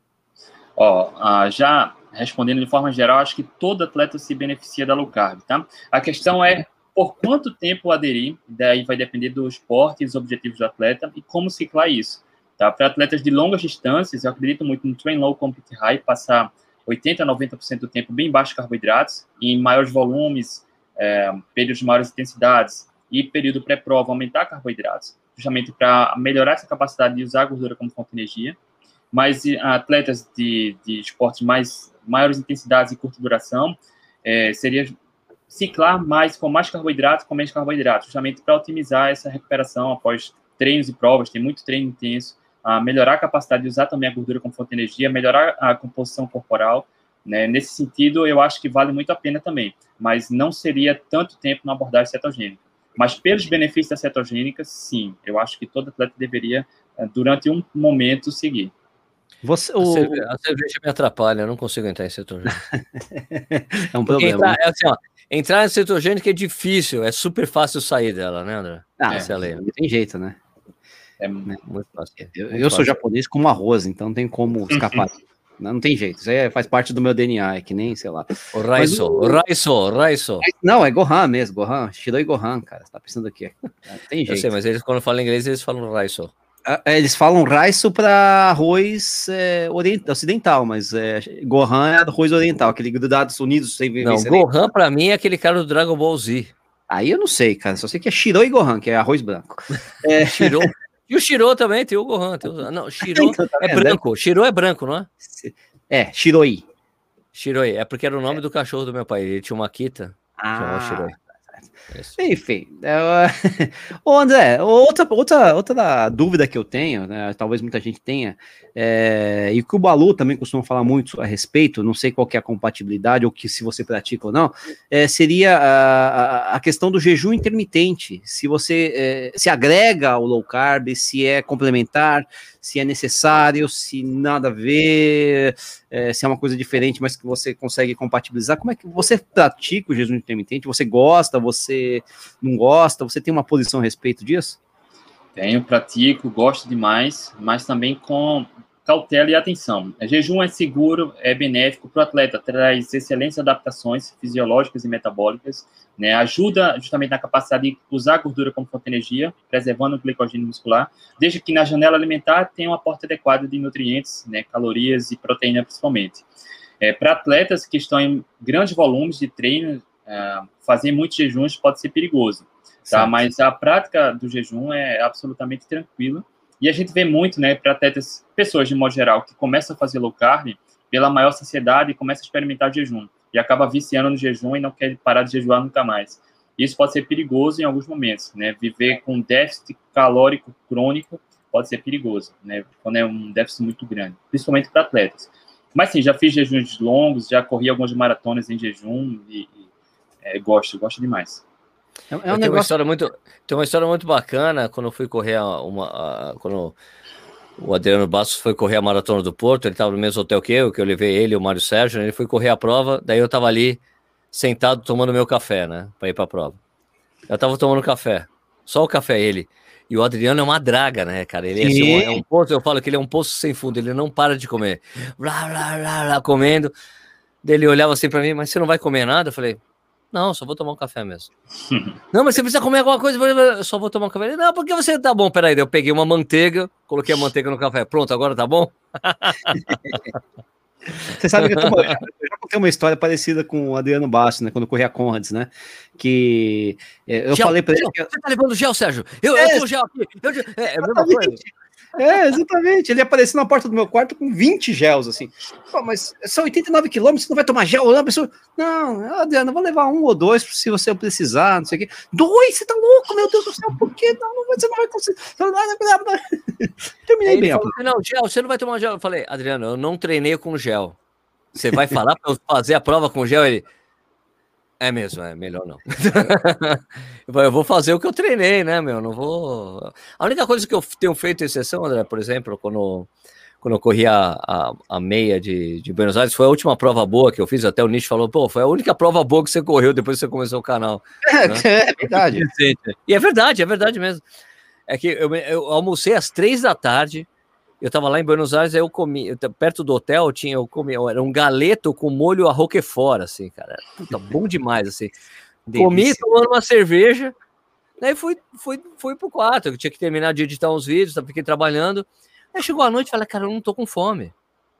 Já respondendo de forma geral, acho que todo atleta se beneficia da low carb, tá? A questão é por quanto tempo aderir, daí vai depender do esporte e dos objetivos do atleta e como ciclar isso, tá? Para atletas de longas distâncias, eu acredito muito no train low, compete high, passar 80% a 90% do tempo bem baixo de carboidratos, em maiores volumes, períodos de maiores intensidades e período pré-prova, aumentar carboidratos, justamente para melhorar essa capacidade de usar a gordura como fonte de energia. Mas atletas de esportes maiores intensidades e curta duração, seria ciclar mais com mais carboidratos, com menos carboidratos, justamente para otimizar essa recuperação após treinos e provas, tem muito treino intenso, melhorar a capacidade de usar também a gordura como fonte de energia, melhorar a composição corporal, né? Nesse sentido, eu acho que vale muito a pena também, mas não seria tanto tempo na abordagem cetogênica. Mas pelos benefícios da cetogênica, sim, eu acho que todo atleta deveria, durante um momento, seguir. A cerveja me atrapalha, eu não consigo entrar em cetogênica. É um problema. Entrar em cetogênica é difícil, é super fácil sair dela, né, André? Não tem jeito, né? É muito fácil. Eu sou japonês como arroz, então não tem como escapar. Não tem jeito, isso aí faz parte do meu DNA, é que nem, sei lá. O Raiso. Não, é Gohan mesmo, Gohan, Shiroi Gohan, cara, você tá pensando aqui. Tem jeito. Eu sei, mas eles, quando falam inglês, eles falam Raiso. Eles falam Raiso para arroz ocidental, mas Gohan é arroz oriental, aquele grudados unidos. Não, Gohan para mim é aquele cara do Dragon Ball Z. Aí eu não sei, cara, só sei que é Shiroi Gohan, que é arroz branco. Shiro. E o Shiro também, tem o Gohan. Não, Shiro então, tá branco. Shiro é branco, não é? Shiroi. Shiroi, é porque era o nome do cachorro do meu pai. Ele tinha uma Akita. Chamava Shiroi. Enfim, ô André, outra dúvida que eu tenho, né, talvez muita gente tenha, e que o Balu também costuma falar muito a respeito, não sei qual que é a compatibilidade, ou que se você pratica ou não, seria a questão do jejum intermitente, se você se agrega ao low carb, se é complementar, se é necessário, se nada a ver, se é uma coisa diferente, mas que você consegue compatibilizar. Como é que você pratica o jejum intermitente? Você gosta, você não gosta? Você tem uma posição a respeito disso? Tenho, pratico, gosto demais, mas também com cautela e atenção. O jejum é seguro, é benéfico para o atleta, traz excelentes adaptações fisiológicas e metabólicas, né? Ajuda justamente na capacidade de usar a gordura como fonte de energia, preservando o glicogênio muscular, desde que na janela alimentar tenha um aporte adequado de nutrientes, né? Calorias e proteína principalmente. Para atletas que estão em grandes volumes de treino, fazer muitos jejuns pode ser perigoso, tá? Mas a prática do jejum é absolutamente tranquila. E a gente vê muito, né, para atletas, pessoas de modo geral, que começam a fazer low carb pela maior saciedade e começam a experimentar jejum. E acaba viciando no jejum e não quer parar de jejuar nunca mais. Isso pode ser perigoso em alguns momentos, né? Viver com déficit calórico crônico pode ser perigoso, né? Quando é um déficit muito grande, principalmente para atletas. Mas sim, já fiz jejuns longos, já corri algumas maratonas em jejum e gosto demais. Tem uma história muito bacana quando eu fui correr quando o Adriano Bastos foi correr a Maratona do Porto, ele estava no mesmo hotel que eu levei ele e o Mário Sérgio, né? Ele foi correr a prova, daí eu estava ali sentado tomando meu café, né, para ir para a prova. Eu estava tomando café, só o café ele. E o Adriano é uma draga, né, cara? Ele é um poço, eu falo que ele é um poço sem fundo, ele não para de comer. Blá, blá, blá, blá, comendo. Daí ele olhava assim para mim, mas você não vai comer nada? Eu falei, não, só vou tomar um café mesmo. Não, mas você precisa comer alguma coisa, eu só vou tomar um café. Não, porque você tá bom, peraí. Eu peguei uma manteiga, coloquei a manteiga no café. Pronto, agora tá bom? Você sabe que eu já contei uma história parecida com o Adriano Bastos, né? Quando eu corri a Conrads, né? Que eu falei pra ele. Você tá levando gel, Sérgio? Eu tenho gel aqui. É a mesma coisa. Exatamente. Ele apareceu na porta do meu quarto com 20 gels, assim. Pô, mas são 89 quilômetros, você não vai tomar gel? A pessoa, não, Adriano, eu vou levar 1 ou 2 se você precisar, não sei o quê. 2? Você tá louco, meu Deus do céu, por quê? Você não vai conseguir. Terminei bem. Falou, não, gel, você não vai tomar gel. Eu falei, Adriano, eu não treinei com gel. Você vai falar pra eu fazer a prova com gel? Ele, é mesmo, é melhor não. Eu vou fazer o que eu treinei, né, meu? Não vou. A única coisa que eu tenho feito exceção, André, por exemplo, quando eu corri a meia de Buenos Aires, foi a última prova boa que eu fiz. Até o Nish falou, pô, foi a única prova boa que você correu depois que você começou o canal. Né? É verdade. E é verdade mesmo. É que eu almocei às 3 da tarde. Eu tava lá em Buenos Aires, aí eu comi, perto do hotel, era um galeto com molho a roquefort, assim, cara. Puta, bom demais, assim. Delícia. Comi tomando uma cerveja, daí fui pro quarto, eu tinha que terminar de editar uns vídeos, fiquei trabalhando. Aí chegou a noite e falei, cara, eu não tô com fome.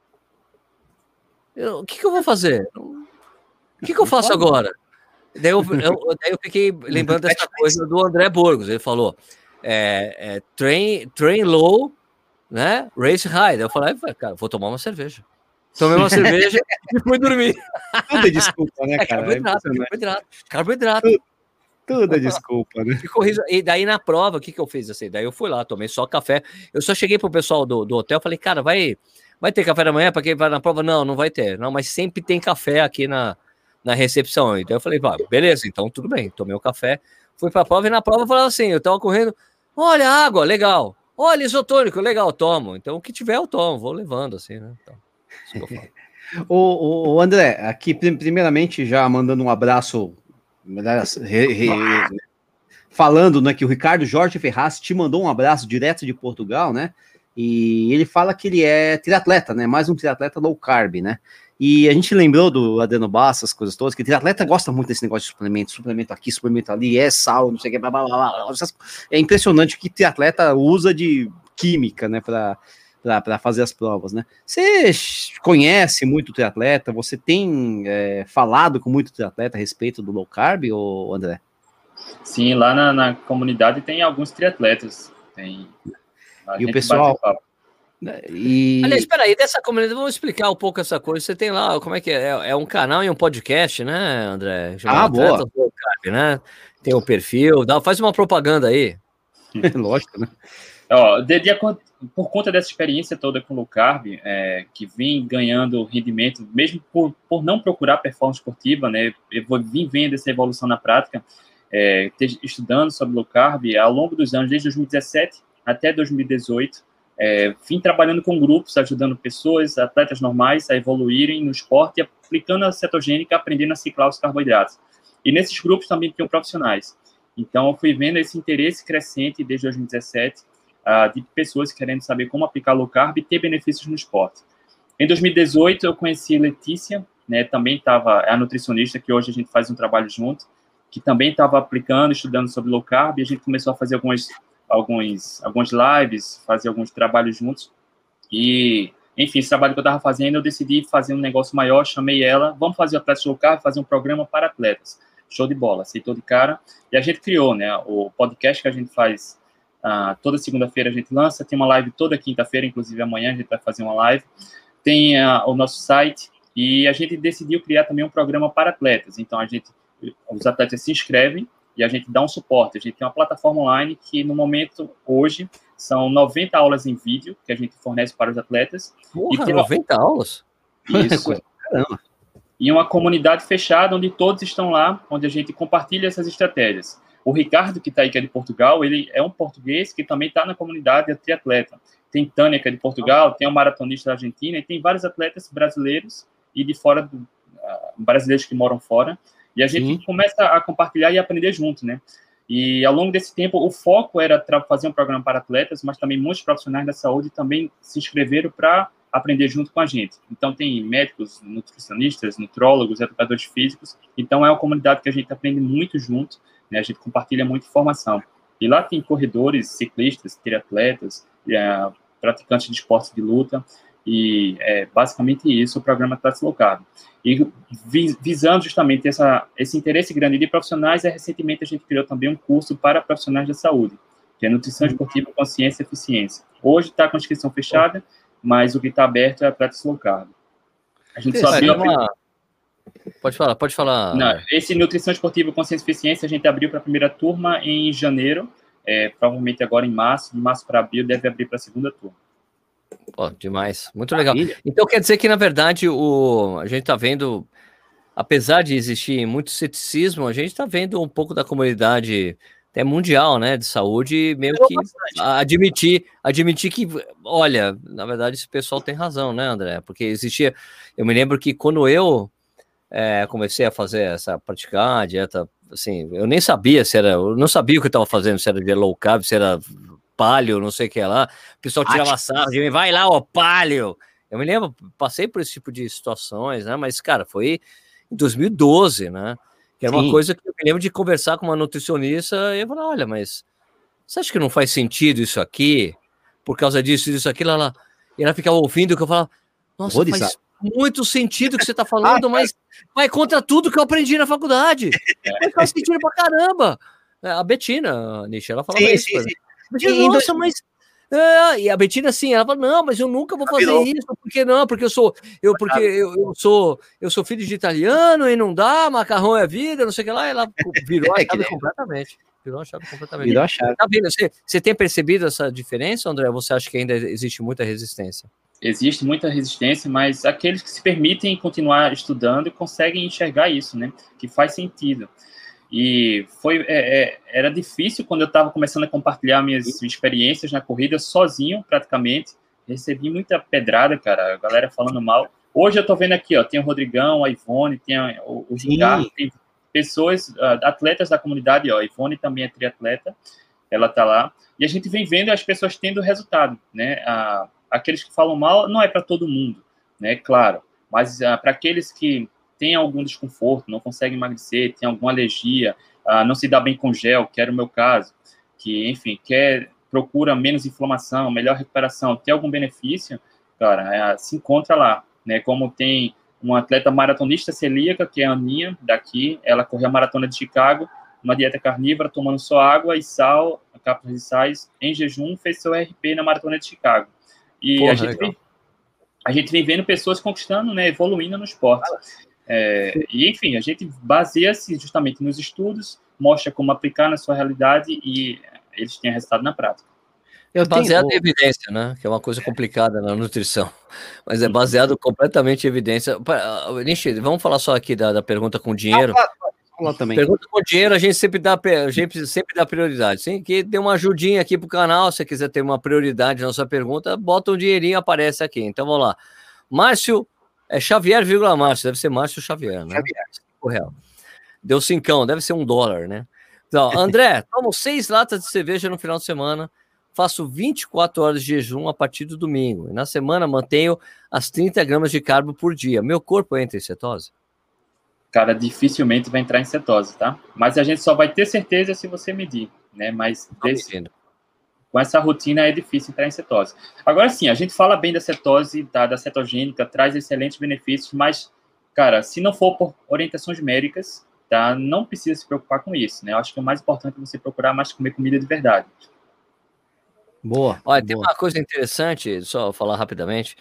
O que eu vou fazer? O que eu faço agora? Daí eu fiquei lembrando dessa coisa do André Burgos, ele falou, train low, né? Race high. Daí eu falei, cara, vou tomar uma cerveja. Tomei uma cerveja e fui dormir. Tudo é desculpa, né, cara? Carboidrato. Tudo é desculpa, né? E daí na prova, o que eu fiz? Assim, daí eu fui lá, tomei só café. Eu só cheguei pro pessoal do hotel, falei, cara, vai ter café da manhã para quem vai na prova? Não vai ter. Não, mas sempre tem café aqui na recepção. Então eu falei, beleza, então tudo bem. Tomei o café, fui para a prova e na prova eu falava assim, eu estava correndo, olha água, legal, olha isotônico, legal, tomo. Então o que tiver eu tomo, vou levando assim, né? Então, isso que eu falo. O André, aqui primeiramente já mandando um abraço, falando, né, que o Ricardo Jorge Ferraz te mandou um abraço direto de Portugal, né? E ele fala que ele é triatleta, né? Mais um triatleta low carb, né? E a gente lembrou do Adenobass, essas coisas todas, que triatleta gosta muito desse negócio de suplemento aqui, suplemento ali, sal, não sei o que, blá, blá, blá, blá. É impressionante o que triatleta usa de química, né, para fazer as provas, né? Você conhece muito triatleta? Você tem falado com muito triatleta a respeito do low carb, ou André? Sim, lá na comunidade tem alguns triatletas. E o pessoal... Aliás, espera aí, dessa comunidade, vamos explicar um pouco essa coisa. Você tem lá, como é que é? É um canal e um podcast, né, André? Boa. Low Carb, né? Tem um perfil, faz uma propaganda aí. Lógico, né? Ó, por conta dessa experiência toda com low carb, que vim ganhando rendimento, mesmo por não procurar performance esportiva, né? Eu vim vendo essa evolução na prática, estudando sobre low carb ao longo dos anos, desde 2017 até 2018. Vim trabalhando com grupos, ajudando pessoas, atletas normais a evoluírem no esporte e aplicando a cetogênica, aprendendo a ciclar os carboidratos. E nesses grupos também tinham profissionais. Então, eu fui vendo esse interesse crescente desde 2017 de pessoas querendo saber como aplicar low carb e ter benefícios no esporte. Em 2018, eu conheci Letícia, né, também estava a nutricionista, que hoje a gente faz um trabalho junto, que também estava aplicando, estudando sobre low carb, e a gente começou a fazer alguns lives, fazer alguns trabalhos juntos, e, enfim, esse trabalho que eu estava fazendo, eu decidi fazer um negócio maior, chamei ela, vamos fazer o Atletas Low Carb, fazer um programa para atletas. Show de bola, aceitou de cara, e a gente criou, né, o podcast que a gente faz toda segunda-feira a gente lança, tem uma live toda quinta-feira, inclusive amanhã a gente vai fazer uma live, tem o nosso site, e a gente decidiu criar também um programa para atletas, então os atletas se inscrevem, e a gente dá um suporte. A gente tem uma plataforma online que, no momento, hoje, são 90 aulas em vídeo que a gente fornece para os atletas. Porra, 90 aulas? Isso. Caramba. E uma comunidade fechada, onde todos estão lá, onde a gente compartilha essas estratégias. O Ricardo, que está aí, que é de Portugal, ele é um português que também está na comunidade de triatleta. Tem Tânia, que é de Portugal, tem um maratonista da Argentina, e tem vários atletas brasileiros e de fora, brasileiros que moram fora. E a gente começa a compartilhar e aprender junto, né? E ao longo desse tempo, o foco era fazer um programa para atletas, mas também muitos profissionais da saúde também se inscreveram para aprender junto com a gente. Então, tem médicos, nutricionistas, nutrólogos, educadores físicos. Então, é uma comunidade que a gente aprende muito junto, né? A gente compartilha muita informação. E lá tem corredores, ciclistas, triatletas, praticantes de esportes de luta. E é basicamente isso o programa Atletas Low Carb. E visando justamente esse interesse grande de profissionais, recentemente a gente criou também um curso para profissionais da saúde, que é Nutrição Esportiva, Consciência e Eficiência. Hoje está com a inscrição fechada, mas o que está aberto é Atletas Low Carb. A gente só abriu... Pode falar. Não, esse Nutrição Esportiva, Consciência e Eficiência, a gente abriu para a primeira turma em janeiro, provavelmente agora em março, de março para abril, deve abrir para a segunda turma. Pô, demais, muito legal. Então quer dizer que, na verdade, a gente está vendo, apesar de existir muito ceticismo, a gente está vendo um pouco da comunidade até mundial, né, de saúde, meio que admitir que, olha, na verdade, esse pessoal tem razão, né, André? Porque existia, eu me lembro que quando eu comecei a praticar a dieta, assim, eu nem sabia eu não sabia o que eu estava fazendo, se era de low carb, se era paleo, não sei o que lá, o pessoal tirava sarro de mim, vai lá, ó, paleo. Eu me lembro, passei por esse tipo de situações, né, mas, cara, foi em 2012, né, que era uma coisa que eu me lembro de conversar com uma nutricionista, e eu falei, olha, mas você acha que não faz sentido isso aqui, por causa disso, aquilo, e ela ficava ouvindo o que eu falava, nossa, faz muito sentido o que você tá falando, mas vai contra tudo que eu aprendi na faculdade, mas faz sentido pra caramba. A Betina, Nish, ela falava isso, nossa, mas... e a Betina, assim, ela fala, não, mas eu nunca vou fazer isso, porque não, porque eu sou filho de italiano e não dá, macarrão é vida, não sei o que lá, ela virou a chave completamente. Virou a chave completamente. Tá vendo? Você tem percebido essa diferença, André? Ou você acha que ainda existe muita resistência? Existe muita resistência, mas aqueles que se permitem continuar estudando conseguem enxergar isso, né? Que faz sentido. E era difícil quando eu estava começando a compartilhar minhas experiências na corrida sozinho, praticamente. Recebi muita pedrada, cara, a galera falando mal. Hoje eu tô vendo aqui, ó, tem o Rodrigão, a Ivone, tem o Ricardo, tem pessoas, atletas da comunidade, ó, a Ivone também é triatleta, ela tá lá. E a gente vem vendo as pessoas tendo resultado, né? Aqueles que falam mal não é para todo mundo, né? Claro, mas para aqueles que têm algum desconforto, não conseguem emagrecer, tem alguma alergia, não se dá bem com gel, que era o meu caso, que, enfim, procura menos inflamação, melhor recuperação, tem algum benefício, cara, se encontra lá, né? Como tem uma atleta maratonista celíaca, que é a Aninha, daqui, ela correu a maratona de Chicago, uma dieta carnívora, tomando só água e sal, cápsulas de sais, em jejum, fez seu RP na maratona de Chicago. E porra, a gente vem vendo pessoas conquistando, né, evoluindo no esporte. E, enfim, a gente baseia-se justamente nos estudos, mostra como aplicar na sua realidade e eles têm resultado na prática. Baseado em evidência, né? Que é uma coisa complicada na nutrição. Mas é baseado completamente em evidência. Nishi, vamos falar só aqui da pergunta com dinheiro. Também. Pergunta com dinheiro, a gente sempre dá prioridade. Sim, que dê uma ajudinha aqui pro canal. Se você quiser ter uma prioridade na sua pergunta, bota um dinheirinho, aparece aqui. Então vamos lá. Márcio, Xavier, Márcio, deve ser Márcio Xavier, né? Xavier. Deu cincão, deve ser $1, né? Então, André, tomo 6 latas de cerveja no final de semana, faço 24 horas de jejum a partir do domingo. E na semana mantenho as 30 gramas de carbo por dia. Meu corpo entra em cetose? Cara, dificilmente vai entrar em cetose, tá? Mas a gente só vai ter certeza se você medir, né? Mas com essa rotina é difícil entrar em cetose. Agora sim, a gente fala bem da cetose, da cetogênica, traz excelentes benefícios, mas, cara, se não for por orientações médicas, tá? Não precisa se preocupar com isso, né? Eu acho que o mais importante é você procurar mais comer comida de verdade. Boa. Olha, tem uma coisa interessante, só falar rapidamente,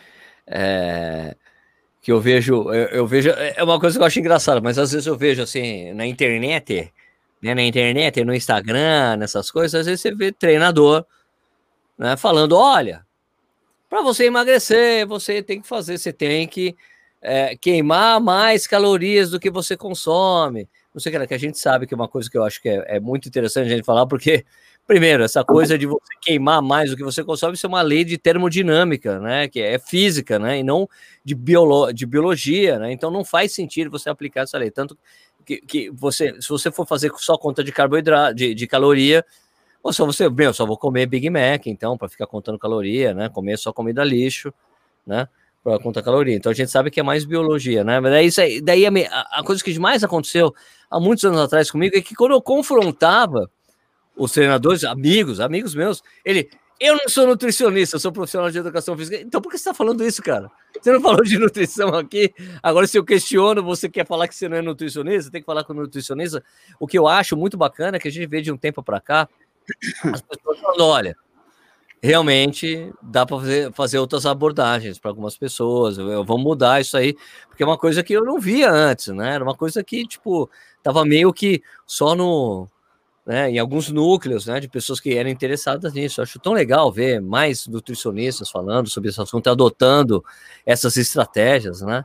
que eu vejo, é uma coisa que eu acho engraçada, mas às vezes eu vejo assim, na internet, né, no Instagram, nessas coisas, às vezes você vê treinador, né, falando, olha, para você emagrecer, você tem que queimar mais calorias do que você consome, não sei o que a gente sabe que é uma coisa que eu acho que é muito interessante a gente falar, porque primeiro, essa coisa de você queimar mais do que você consome, isso é uma lei de termodinâmica, né? Que é física, né? E não de biologia, né? Então não faz sentido você aplicar essa lei. Tanto que você, se você for fazer só conta de carboidrato, de caloria, ou só eu só vou comer Big Mac, então, para ficar contando caloria, né? Comer só comida lixo, né? Para contar caloria. Então a gente sabe que é mais biologia, né? Mas daí a coisa que mais aconteceu há muitos anos atrás comigo é que quando eu confrontava os treinadores, amigos meus, eu não sou nutricionista, eu sou profissional de educação física. Então por que você está falando isso, cara? Você não falou de nutrição aqui? Agora, se eu questiono, você quer falar que você não é nutricionista, tem que falar com o nutricionista. O que eu acho muito bacana é que a gente vê de um tempo para cá, as pessoas falando, olha, realmente dá para fazer outras abordagens para algumas pessoas, vamos mudar isso aí, porque é uma coisa que eu não via antes, né? Era uma coisa que, tipo, tava meio que só em alguns núcleos, né, de pessoas que eram interessadas nisso. Eu acho tão legal ver mais nutricionistas falando sobre esse assunto, adotando essas estratégias, né?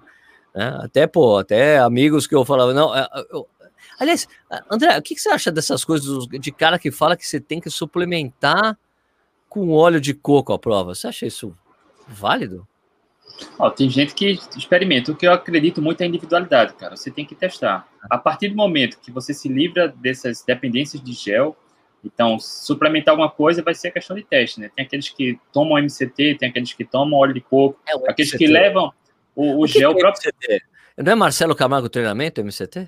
Até amigos que eu falava, não. Aliás, André, o que você acha dessas coisas de cara que fala que você tem que suplementar com óleo de coco à prova? Você acha isso válido? Tem gente que experimenta. O que eu acredito muito é a individualidade, cara. Você tem que testar. A partir do momento que você se livra dessas dependências de gel, então, suplementar alguma coisa vai ser questão de teste, né? Tem aqueles que tomam MCT, tem aqueles que tomam óleo de coco, aqueles que levam o gel próprio. MCT? Não é Marcelo Camargo Treinamento, MCT?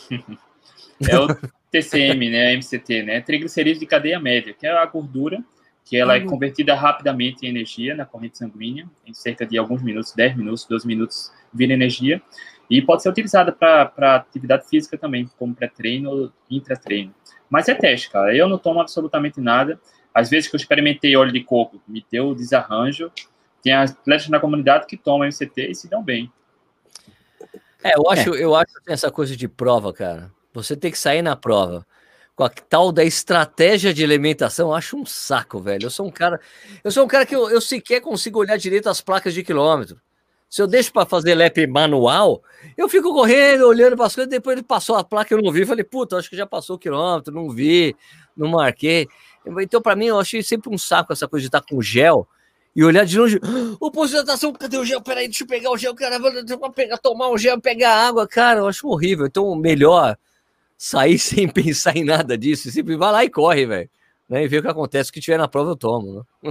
É o TCM, né? MCT, né? Triglicerídeos de cadeia média, que é a gordura que ela é convertida rapidamente em energia na corrente sanguínea, em cerca de alguns minutos, 10 minutos, 12 minutos, vira energia, e pode ser utilizada para atividade física também, como pré-treino ou intra-treino. Mas é teste, cara. Eu não tomo absolutamente nada. Às vezes que eu experimentei óleo de coco, me deu desarranjo. Tem atletas na comunidade que tomam MCT e se dão bem. Eu acho que essa coisa de prova, cara. Você tem que sair na prova com a tal da estratégia de alimentação, eu acho um saco, velho. Eu sou um cara que eu sequer consigo olhar direito as placas de quilômetro. Se eu deixo para fazer lap manual, eu fico correndo, olhando para as coisas, depois ele passou a placa, eu não vi, falei, puta, acho que já passou o quilômetro, não vi, não marquei. Então, para mim, eu achei sempre um saco essa coisa de estar com gel e olhar de longe, ô, posto de hidratação, cadê o gel? Peraí, deixa eu pegar o gel, cara, tomar o gel, pegar água, cara, eu acho horrível. Então, melhor sair sem pensar em nada disso, sempre vai lá e corre, velho, né, e vê o que acontece, o que tiver na prova eu tomo, né?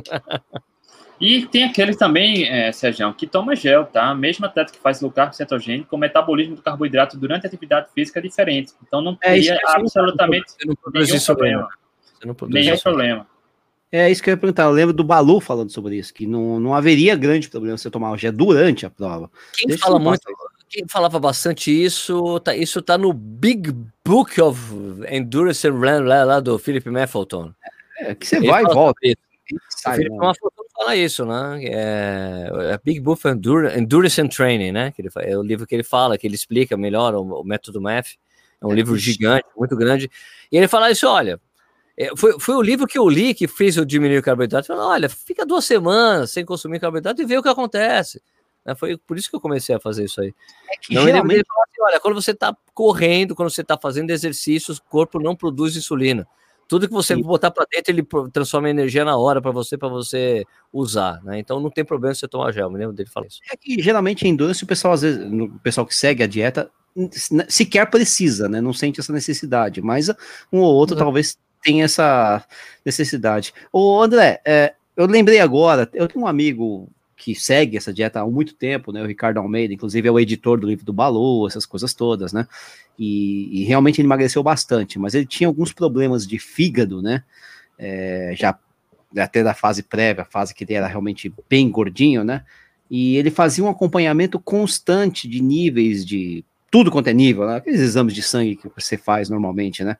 E tem aqueles também, Sérgio, que toma gel, tá? Mesmo atleta que faz low carb cetogênico, o metabolismo do carboidrato durante a atividade física é diferente. Então não teria absolutamente nenhum problema. Nenhum problema. É isso que eu ia perguntar. Eu lembro do Balu falando sobre isso, que não haveria grande problema você tomar o gel durante a prova. Quem falava bastante isso tá no Big Book of Endurance lá do Philip Maffelton. Que você vai e volta. O Philip Maffelton fala isso, né? É Big Book of Endurance and Training, né? É o livro que ele fala, que ele explica melhor o método MAF. É um livro gigante, muito grande. E ele fala isso, olha, foi o livro que eu li que fez eu diminuir o carboidrato. Falei, olha, fica 2 semanas sem consumir carboidrato e vê o que acontece. Foi por isso que eu comecei a fazer isso aí. Geralmente ele fala assim, olha, quando você está correndo, quando você está fazendo exercícios, o corpo não produz insulina. Tudo que você botar para dentro, ele transforma energia na hora para você usar, né? Então não tem problema você tomar gel, me lembro dele falar isso. É que geralmente em endurance, o pessoal, às vezes, o pessoal que segue a dieta sequer precisa, né? Não sente essa necessidade, mas um ou outro talvez tenha essa necessidade. Ô, André, eu lembrei agora, eu tenho um amigo que segue essa dieta há muito tempo, né? O Ricardo Almeida, inclusive é o editor do livro do Balu, essas coisas todas, né? E realmente ele emagreceu bastante, mas ele tinha alguns problemas de fígado, né? Já até da fase prévia, a fase que ele era realmente bem gordinho, né? E ele fazia um acompanhamento constante de níveis de tudo quanto é nível, né? Aqueles exames de sangue que você faz normalmente, né?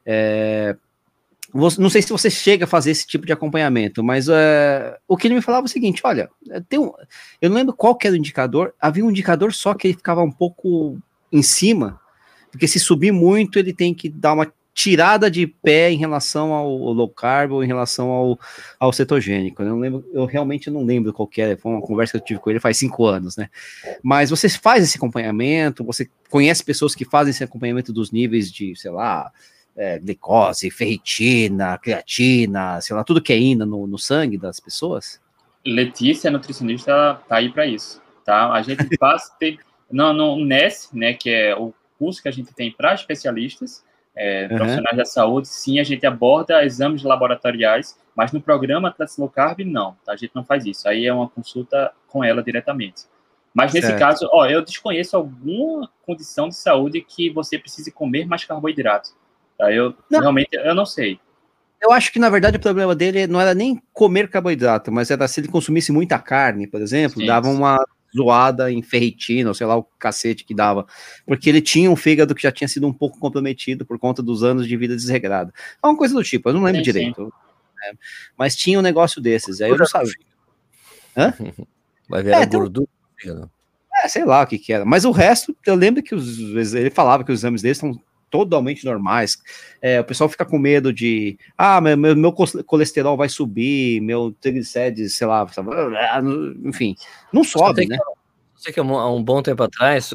Não sei se você chega a fazer esse tipo de acompanhamento, mas o que ele me falava é o seguinte, olha, eu não lembro qual que era o indicador, havia um indicador só que ele ficava um pouco em cima, porque se subir muito ele tem que dar uma tirada de pé em relação ao low carb ou em relação ao cetogênico. Eu realmente não lembro qual que era, foi uma conversa que eu tive com ele faz 5 anos, né? Mas você faz esse acompanhamento, você conhece pessoas que fazem esse acompanhamento dos níveis de, sei lá, glicose, ferritina, creatina, sei lá, tudo que é ina no sangue das pessoas? Letícia, nutricionista, tá aí para isso, tá? A gente passa, no NES, né, que é o curso que a gente tem para especialistas, profissionais da saúde, sim, a gente aborda exames laboratoriais, mas no programa Atletas Low Carb, não, tá? A gente não faz isso, aí é uma consulta com ela diretamente. Mas nesse caso, eu desconheço alguma condição de saúde que você precise comer mais carboidrato. Realmente, eu não sei. Eu acho que, na verdade, o problema dele não era nem comer carboidrato, mas era se ele consumisse muita carne, por exemplo, dava uma zoada em ferritina, ou sei lá, o cacete que dava, porque ele tinha um fígado que já tinha sido um pouco comprometido por conta dos anos de vida desregrada. É uma coisa do tipo, eu não lembro direito. Mas tinha um negócio desses, aí eu não sabia. Hã? Vai virar gordura? Sei lá o que era. Mas o resto, eu lembro que ele falava que os exames deles são totalmente normais. O pessoal fica com medo de meu colesterol vai subir, meu triglicérides, sei lá, enfim, não sobe, né? Sei que há um bom tempo atrás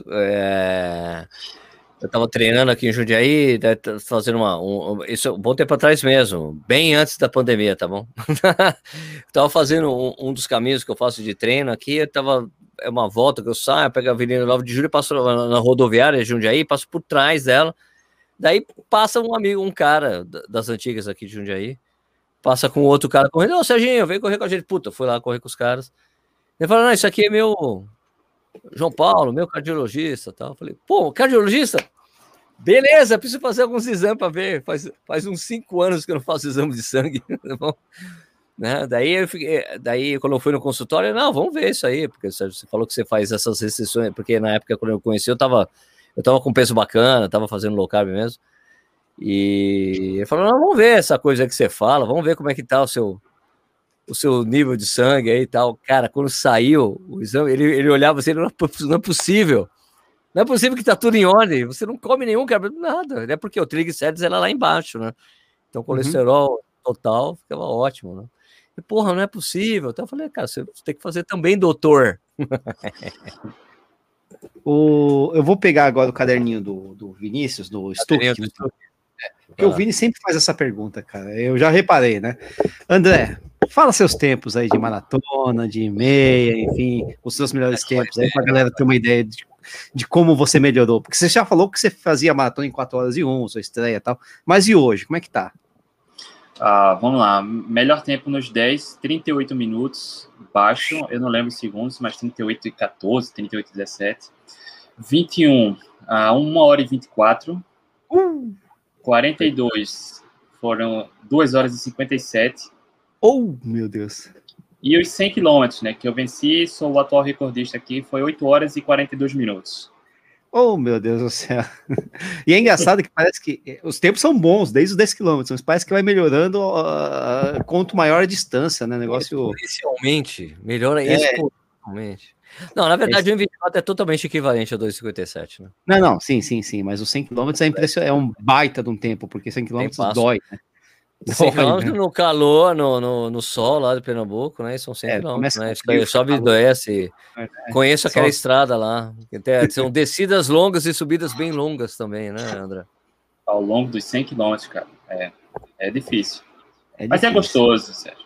eu tava treinando aqui em Jundiaí, fazendo isso um bom tempo atrás mesmo, bem antes da pandemia, tá bom? Eu tava fazendo um dos caminhos que eu faço de treino aqui, é uma volta que eu saio, pego a Avenida 9 de Julho, passo na rodoviária de Jundiaí, passo por trás dela. Daí passa um cara das antigas aqui de Jundiaí, passa com outro cara correndo, Serginho, vem correr com a gente. Puta, fui lá correr com os caras. Ele falou, não, isso aqui é meu João Paulo, meu cardiologista, tal. Eu falei, pô, cardiologista? Beleza, preciso fazer alguns exames para ver. Faz uns 5 anos que eu não faço exame de sangue. Tá bom? Né? Daí, quando eu fui no consultório, não, vamos ver isso aí, porque você falou que você faz essas restrições, porque na época, quando eu conheci, eu tava com peso bacana, tava fazendo low carb mesmo. E ele falou, não, vamos ver essa coisa que você fala, vamos ver como é que tá o seu nível de sangue aí e tal. Cara, quando saiu o exame, ele olhava assim, não é possível. Não é possível que tá tudo em ordem. Você não come nenhum carboidrato, nada. É porque o triglicérides era lá embaixo, né? Então o colesterol total ficava ótimo, né? Porra, não é possível. Então eu falei, cara, você tem que fazer também, doutor. Eu vou pegar agora o caderninho do Vinícius, do Stuck. Porque o Vini sempre faz essa pergunta, cara. Eu já reparei, né? André, fala seus tempos aí de maratona, de meia, enfim, os seus melhores tempos aí, pra galera ter uma ideia de como você melhorou. Porque você já falou que você fazia maratona em 4h01, sua estreia e tal. Mas e hoje, como é que tá? Vamos lá. Melhor tempo nos 10, 38 minutos, baixo. Eu não lembro os segundos, mas 38,14, 38,17. 21, 1h24. 42 foram 2h57. Oh, meu Deus. E os 100 km, né, que eu venci, sou o atual recordista aqui, foi 8h42. Oh, meu Deus do céu. E é engraçado que parece que os tempos são bons, desde os 10 km, mas parece que vai melhorando quanto maior a distância, né? Negócio... Exponencialmente, melhora exponencialmente. Não, na verdade, o 1,24 é totalmente equivalente a 2,57, né? Não, sim, mas os 100 km é um baita de um tempo, porque 100 km dói, né? 100 km no calor, no sol lá de Pernambuco, né? São 100 km, né? Sobe e desce. Conheço aquela estrada lá. São descidas longas e subidas bem longas também, né, André? Ao longo dos 100 km, cara. É difícil. Mas é gostoso, Sérgio.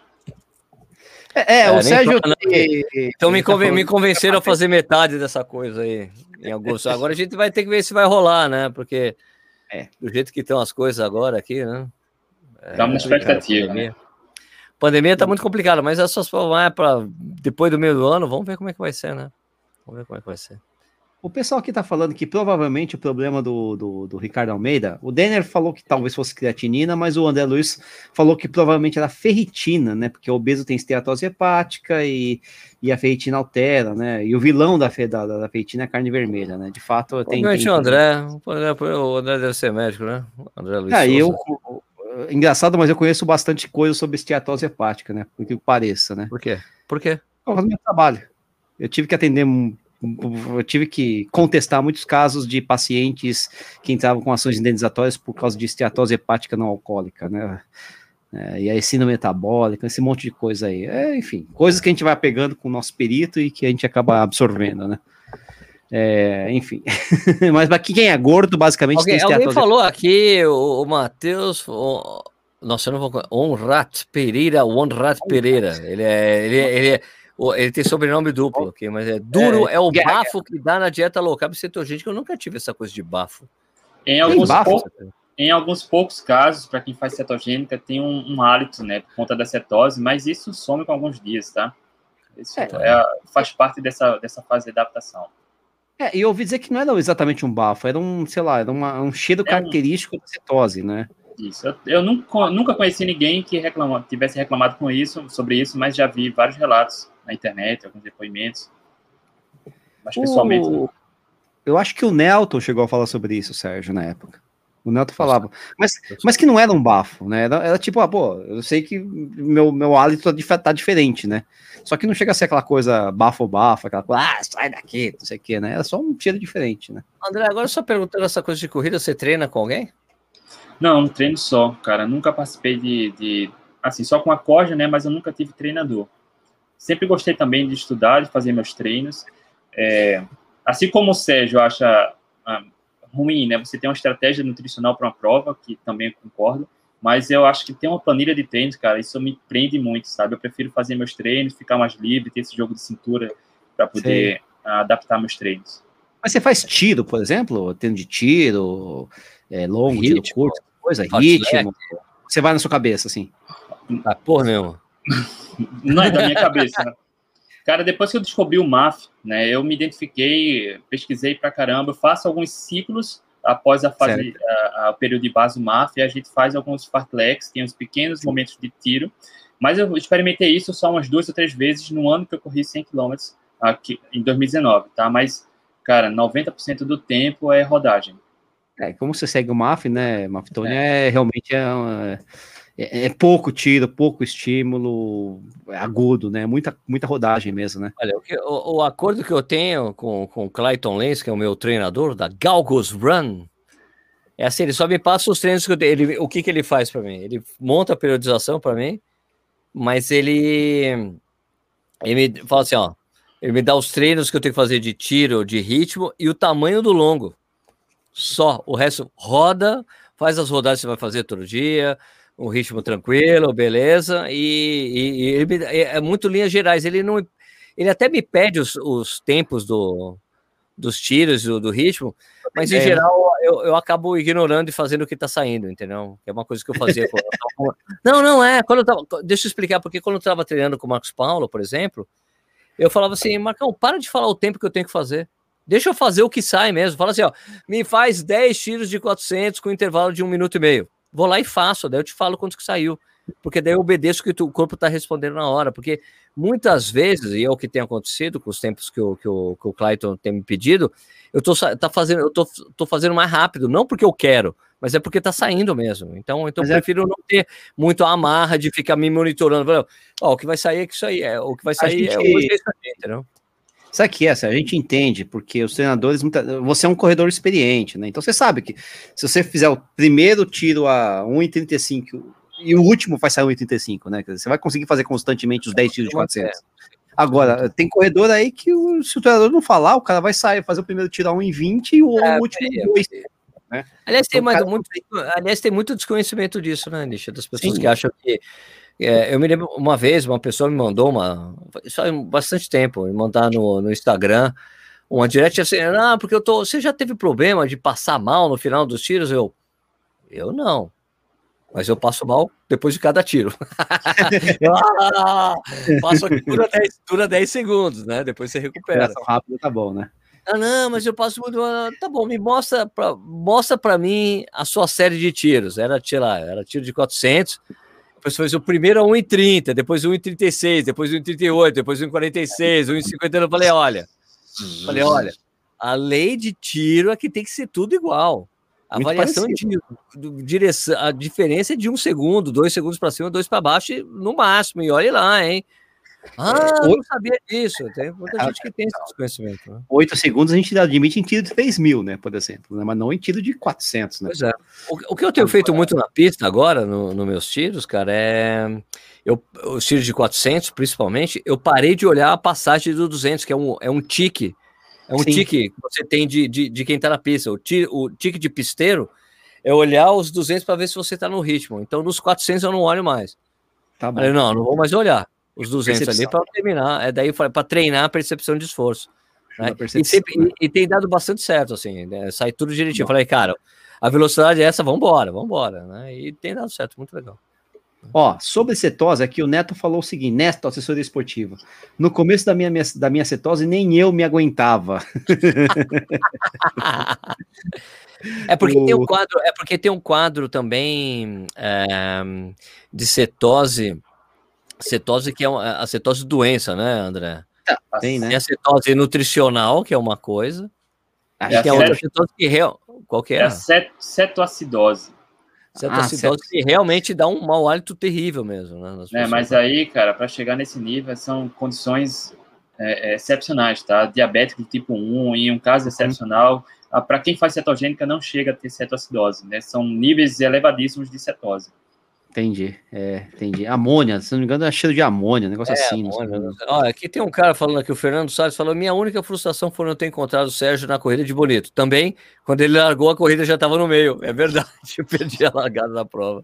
O Sérgio... Então me convenceram a fazer metade dessa coisa aí em agosto. Agora a gente vai ter que ver se vai rolar, né? Porque do jeito que estão as coisas agora aqui, né? Estamos na expectativa, né? A pandemia tá muito complicada, mas essas vai para depois do meio do ano, vamos ver como é que vai ser, né? Vamos ver como é que vai ser. O pessoal aqui tá falando que provavelmente o problema do Ricardo Almeida, o Denner falou que talvez fosse creatinina, mas o André Luiz falou que provavelmente era ferritina, né? Porque o obeso tem esteatose hepática e a ferritina altera, né? E o vilão da ferritina é a carne vermelha, né? De fato, tem... O André deve ser médico, né? André Luiz engraçado, mas eu conheço bastante coisa sobre esteatose hepática, né? Por que pareça, né? Por quê? Por quê? Por causa do meu trabalho. Eu tive que contestar muitos casos de pacientes que entravam com ações indenizatórias por causa de esteatose hepática não alcoólica, né? E aí síndrome metabólica, esse monte de coisa aí. Enfim, coisas que a gente vai pegando com o nosso perito e que a gente acaba absorvendo, né? Enfim. Mas aqui quem é gordo, basicamente tem esteatose. Alguém falou aqui, o Matheus... Nossa, eu não vou... Onrat Pereira. Ele tem sobrenome duplo, okay? Mas duro é o bafo que dá na dieta low carb cetogênica. Eu nunca tive essa coisa de bafo. Em alguns poucos casos, para quem faz cetogênica, tem um hálito, né, por conta da cetose, mas isso some com alguns dias, tá? Isso faz parte dessa fase de adaptação. E eu ouvi dizer que não era exatamente um bafo, era um um cheiro característico da cetose, né? Isso. Eu nunca conheci ninguém que tivesse reclamado sobre isso, mas já vi vários relatos na internet, alguns depoimentos. Mas pessoalmente... Eu acho que o Nelton chegou a falar sobre isso, Sérgio, na época. O Nelton falava. Mas que não era um bafo, né? Era tipo, eu sei que meu hálito tá diferente, né? Só que não chega a ser aquela coisa bafo, aquela coisa, sai daqui, não sei o que, né? Era só um cheiro diferente, né? André, agora só perguntando essa coisa de corrida, você treina com alguém? Não, treino só, cara. Nunca participei assim, só com a corda, né? Mas eu nunca tive treinador. Sempre gostei também de estudar, de fazer meus treinos. Assim como o Sérgio acha ruim, né? Você tem uma estratégia nutricional para uma prova, que também concordo, mas eu acho que ter uma planilha de treinos, cara, isso me prende muito, sabe? Eu prefiro fazer meus treinos, ficar mais livre, ter esse jogo de cintura para poder adaptar meus treinos. Mas você faz tiro, por exemplo? Treino de tiro, longo, tiro curto, coisa, ritmo. Você vai na sua cabeça, assim. Porra, meu. Não é da minha cabeça, né? Cara, depois que eu descobri o MAF, né, eu me identifiquei, pesquisei pra caramba, eu faço alguns ciclos após a fase, o período de base do MAF, e a gente faz alguns fartlecs, tem uns pequenos momentos de tiro, mas eu experimentei isso só umas 2 ou 3 vezes no ano que eu corri 100 km aqui, em 2019, tá? Mas, cara, 90% do tempo é rodagem. Como você segue o MAF, né, Maftônia realmente pouco tiro, pouco estímulo, agudo, né? Muita rodagem mesmo, né? Olha, o acordo que eu tenho com o Clayton Lenz, que é o meu treinador da Galgos Run, é assim, ele só me passa os treinos que o que ele faz para mim? Ele monta a periodização para mim Mas ele me fala assim, ó, ele me dá os treinos que eu tenho que fazer de tiro, de ritmo e o tamanho do longo. Só. O resto roda, faz as rodadas que você vai fazer todo dia, um ritmo tranquilo, beleza. E ele é muito linhas gerais. Ele até me pede os tempos dos tiros, do ritmo, mas em geral eu acabo ignorando e fazendo o que tá saindo, entendeu? É uma coisa que eu fazia. Deixa eu explicar, porque quando eu tava treinando com o Marcos Paulo, por exemplo, eu falava assim, Marcão, para de falar o tempo que eu tenho que fazer. Deixa eu fazer o que sai mesmo. Fala assim, ó, me faz 10 tiros de 400 com intervalo de 1 minuto e meio. Vou lá e faço, daí eu te falo quanto que saiu. Porque daí eu obedeço o que o corpo tá respondendo na hora. Porque muitas vezes, e é o que tem acontecido com os tempos que o Clayton tem me pedido, eu tô fazendo mais rápido, não porque eu quero, mas é porque tá saindo mesmo. Então eu prefiro não ter muito a amarra de ficar me monitorando. Ó, o que vai sair é que isso aí, o que vai sair é hoje, é isso aí, entendeu? Sabe o que é? A gente entende, porque os treinadores, você é um corredor experiente, né? Então você sabe que se você fizer o primeiro tiro a 1,35 e o último vai sair 1,35, né? Você vai conseguir fazer constantemente os 10 tiros de 400. Agora, tem corredor aí que se o treinador não falar, o cara vai sair, fazer o primeiro tiro a 1,20 e o último 2. Né? Aliás, tem muito desconhecimento disso, né, Nisha? Das pessoas que acham que... eu me lembro, uma vez, uma pessoa me mandou isso há bastante tempo, me mandar no Instagram, uma direct assim, porque você já teve problema de passar mal no final dos tiros? Eu não, mas eu passo mal depois de cada tiro. Passo aqui, dura 10 segundos, né? Depois você recupera. Rápido, tá bom, né? Não, mas eu passo muito. Tá bom, mostra pra mim a sua série de tiros. Era tiro de 400. Depois fez o primeiro a 1,30, depois 1,36, depois 1,38, depois 1,46, 1,50. Eu falei, olha, a lei de tiro é que tem que ser tudo igual. A muito variação de direção, a diferença é de 1 segundo, 2 segundos para cima, 2 para baixo, no máximo. E olhe lá, hein? Não sabia disso. Tem muita gente que tem esse desconhecimento. Né? 8 segundos a gente admite em tiro de 3.000, né? Por exemplo, né? Mas não em tiro de 400, né? Pois é. O que eu tenho feito muito na pista agora, nos meus tiros, cara, os tiros de 400, principalmente, eu parei de olhar a passagem do 200, que é um tique. É um tique que você tem de quem tá na pista. O tique de pisteiro é olhar os 200 para ver se você tá no ritmo. Então, nos 400 eu não olho mais. Tá bom. Falei, não vou mais olhar. Os 200 ali para terminar, daí para treinar a percepção de esforço. Né? E tem dado bastante certo, assim, né? Sai tudo direitinho. Falei, cara, a velocidade é essa, vambora, né? E tem dado certo, muito legal. Ó, sobre cetose, aqui o Neto falou o seguinte, Neto, assessoria esportiva, no começo da minha cetose, nem eu me aguentava. Porque tem um quadro também de cetose que é a cetose doença, né, André? Tem, né? Tem a cetose nutricional, que é uma coisa, e tem a outra cetose que qual que é? É a cetoacidose. Cetoacidose que realmente dá um mau hálito terrível mesmo, né? Mas aí, cara, para chegar nesse nível são condições excepcionais, tá? Diabético do tipo 1, em um caso excepcional, para quem faz cetogênica não chega a ter cetoacidose, né? São níveis elevadíssimos de cetose. Entendi. Amônia, se não me engano, é cheiro de amônia, um negócio assim. Olha, aqui tem um cara falando aqui, o Fernando Salles falou, minha única frustração foi não ter encontrado o Sérgio na corrida de Bonito. Também, quando ele largou, a corrida já estava no meio. É verdade, eu perdi a largada da prova.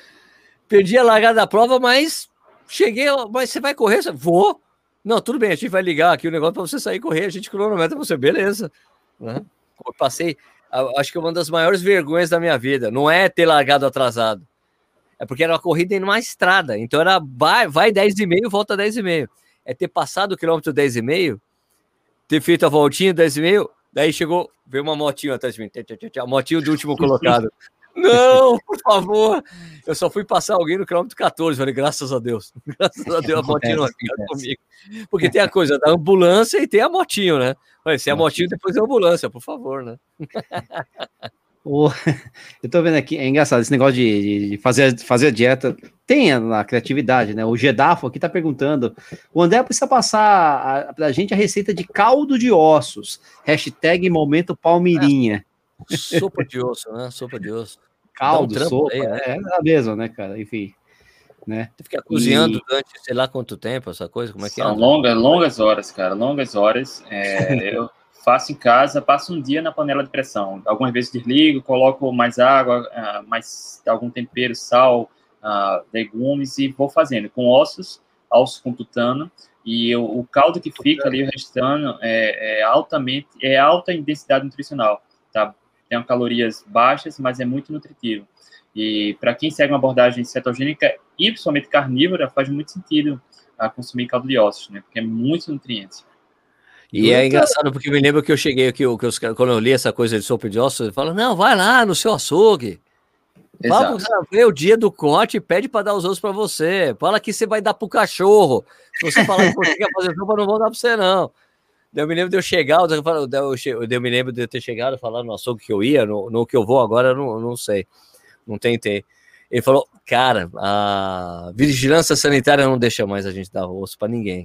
Mas cheguei, mas você vai correr? Vou. Não, tudo bem, a gente vai ligar aqui o negócio para você sair e correr, a gente cronometra você, beleza. Né? Eu passei, acho que uma das maiores vergonhas da minha vida, não é ter largado atrasado. É porque era uma corrida numa estrada, então era vai 10,5, volta 10,5. É ter passado o quilômetro 10,5, ter feito a voltinha 10,5, daí veio uma motinho atrás de mim, a motinho do último colocado. Não, por favor. Eu só fui passar alguém no quilômetro 14, falei, graças a Deus a motinho não fica comigo. Porque tem a coisa da ambulância e tem a motinho, né? Falei, se é a motinho, depois é a ambulância, por favor, né? Eu tô vendo aqui, é engraçado, esse negócio de fazer a dieta, tem a criatividade, né? O Gedafo aqui tá perguntando, o André precisa passar pra gente a receita de caldo de ossos, #momento Palmeirinha. Sopa de osso, né? Sopa de osso. Caldo, sopa, aí, né? É a mesma, né, cara? Enfim. né? Você fica cozinhando durante sei lá quanto tempo, essa coisa, como é que é? São longas horas, cara, longas horas. Eu faço em casa, passo um dia na panela de pressão. Algumas vezes desligo, coloco mais água, mais algum tempero, sal, legumes e vou fazendo com ossos com tutano. E o caldo que fica ali, o restante, é alta em densidade nutricional, tá? Tem calorias baixas, mas é muito nutritivo. E para quem segue uma abordagem cetogênica e principalmente carnívora, faz muito sentido consumir caldo de ossos, né? Porque é muito nutriente. E é engraçado, porque eu me lembro que eu cheguei aqui, quando eu li essa coisa de sopa de ossos, eu falo, não, vai lá no seu açougue. Fala para ver o dia do corte e pede para dar os ossos para você. Fala que você vai dar pro cachorro. Se você falar que você quer fazer sopa, não vão dar para você, não. Eu me lembro de eu chegar, eu me lembro de eu ter chegado, falar no açougue que eu ia, no que eu vou agora, eu não sei. Não tentei. Ele falou, cara, a vigilância sanitária não deixa mais a gente dar osso para ninguém.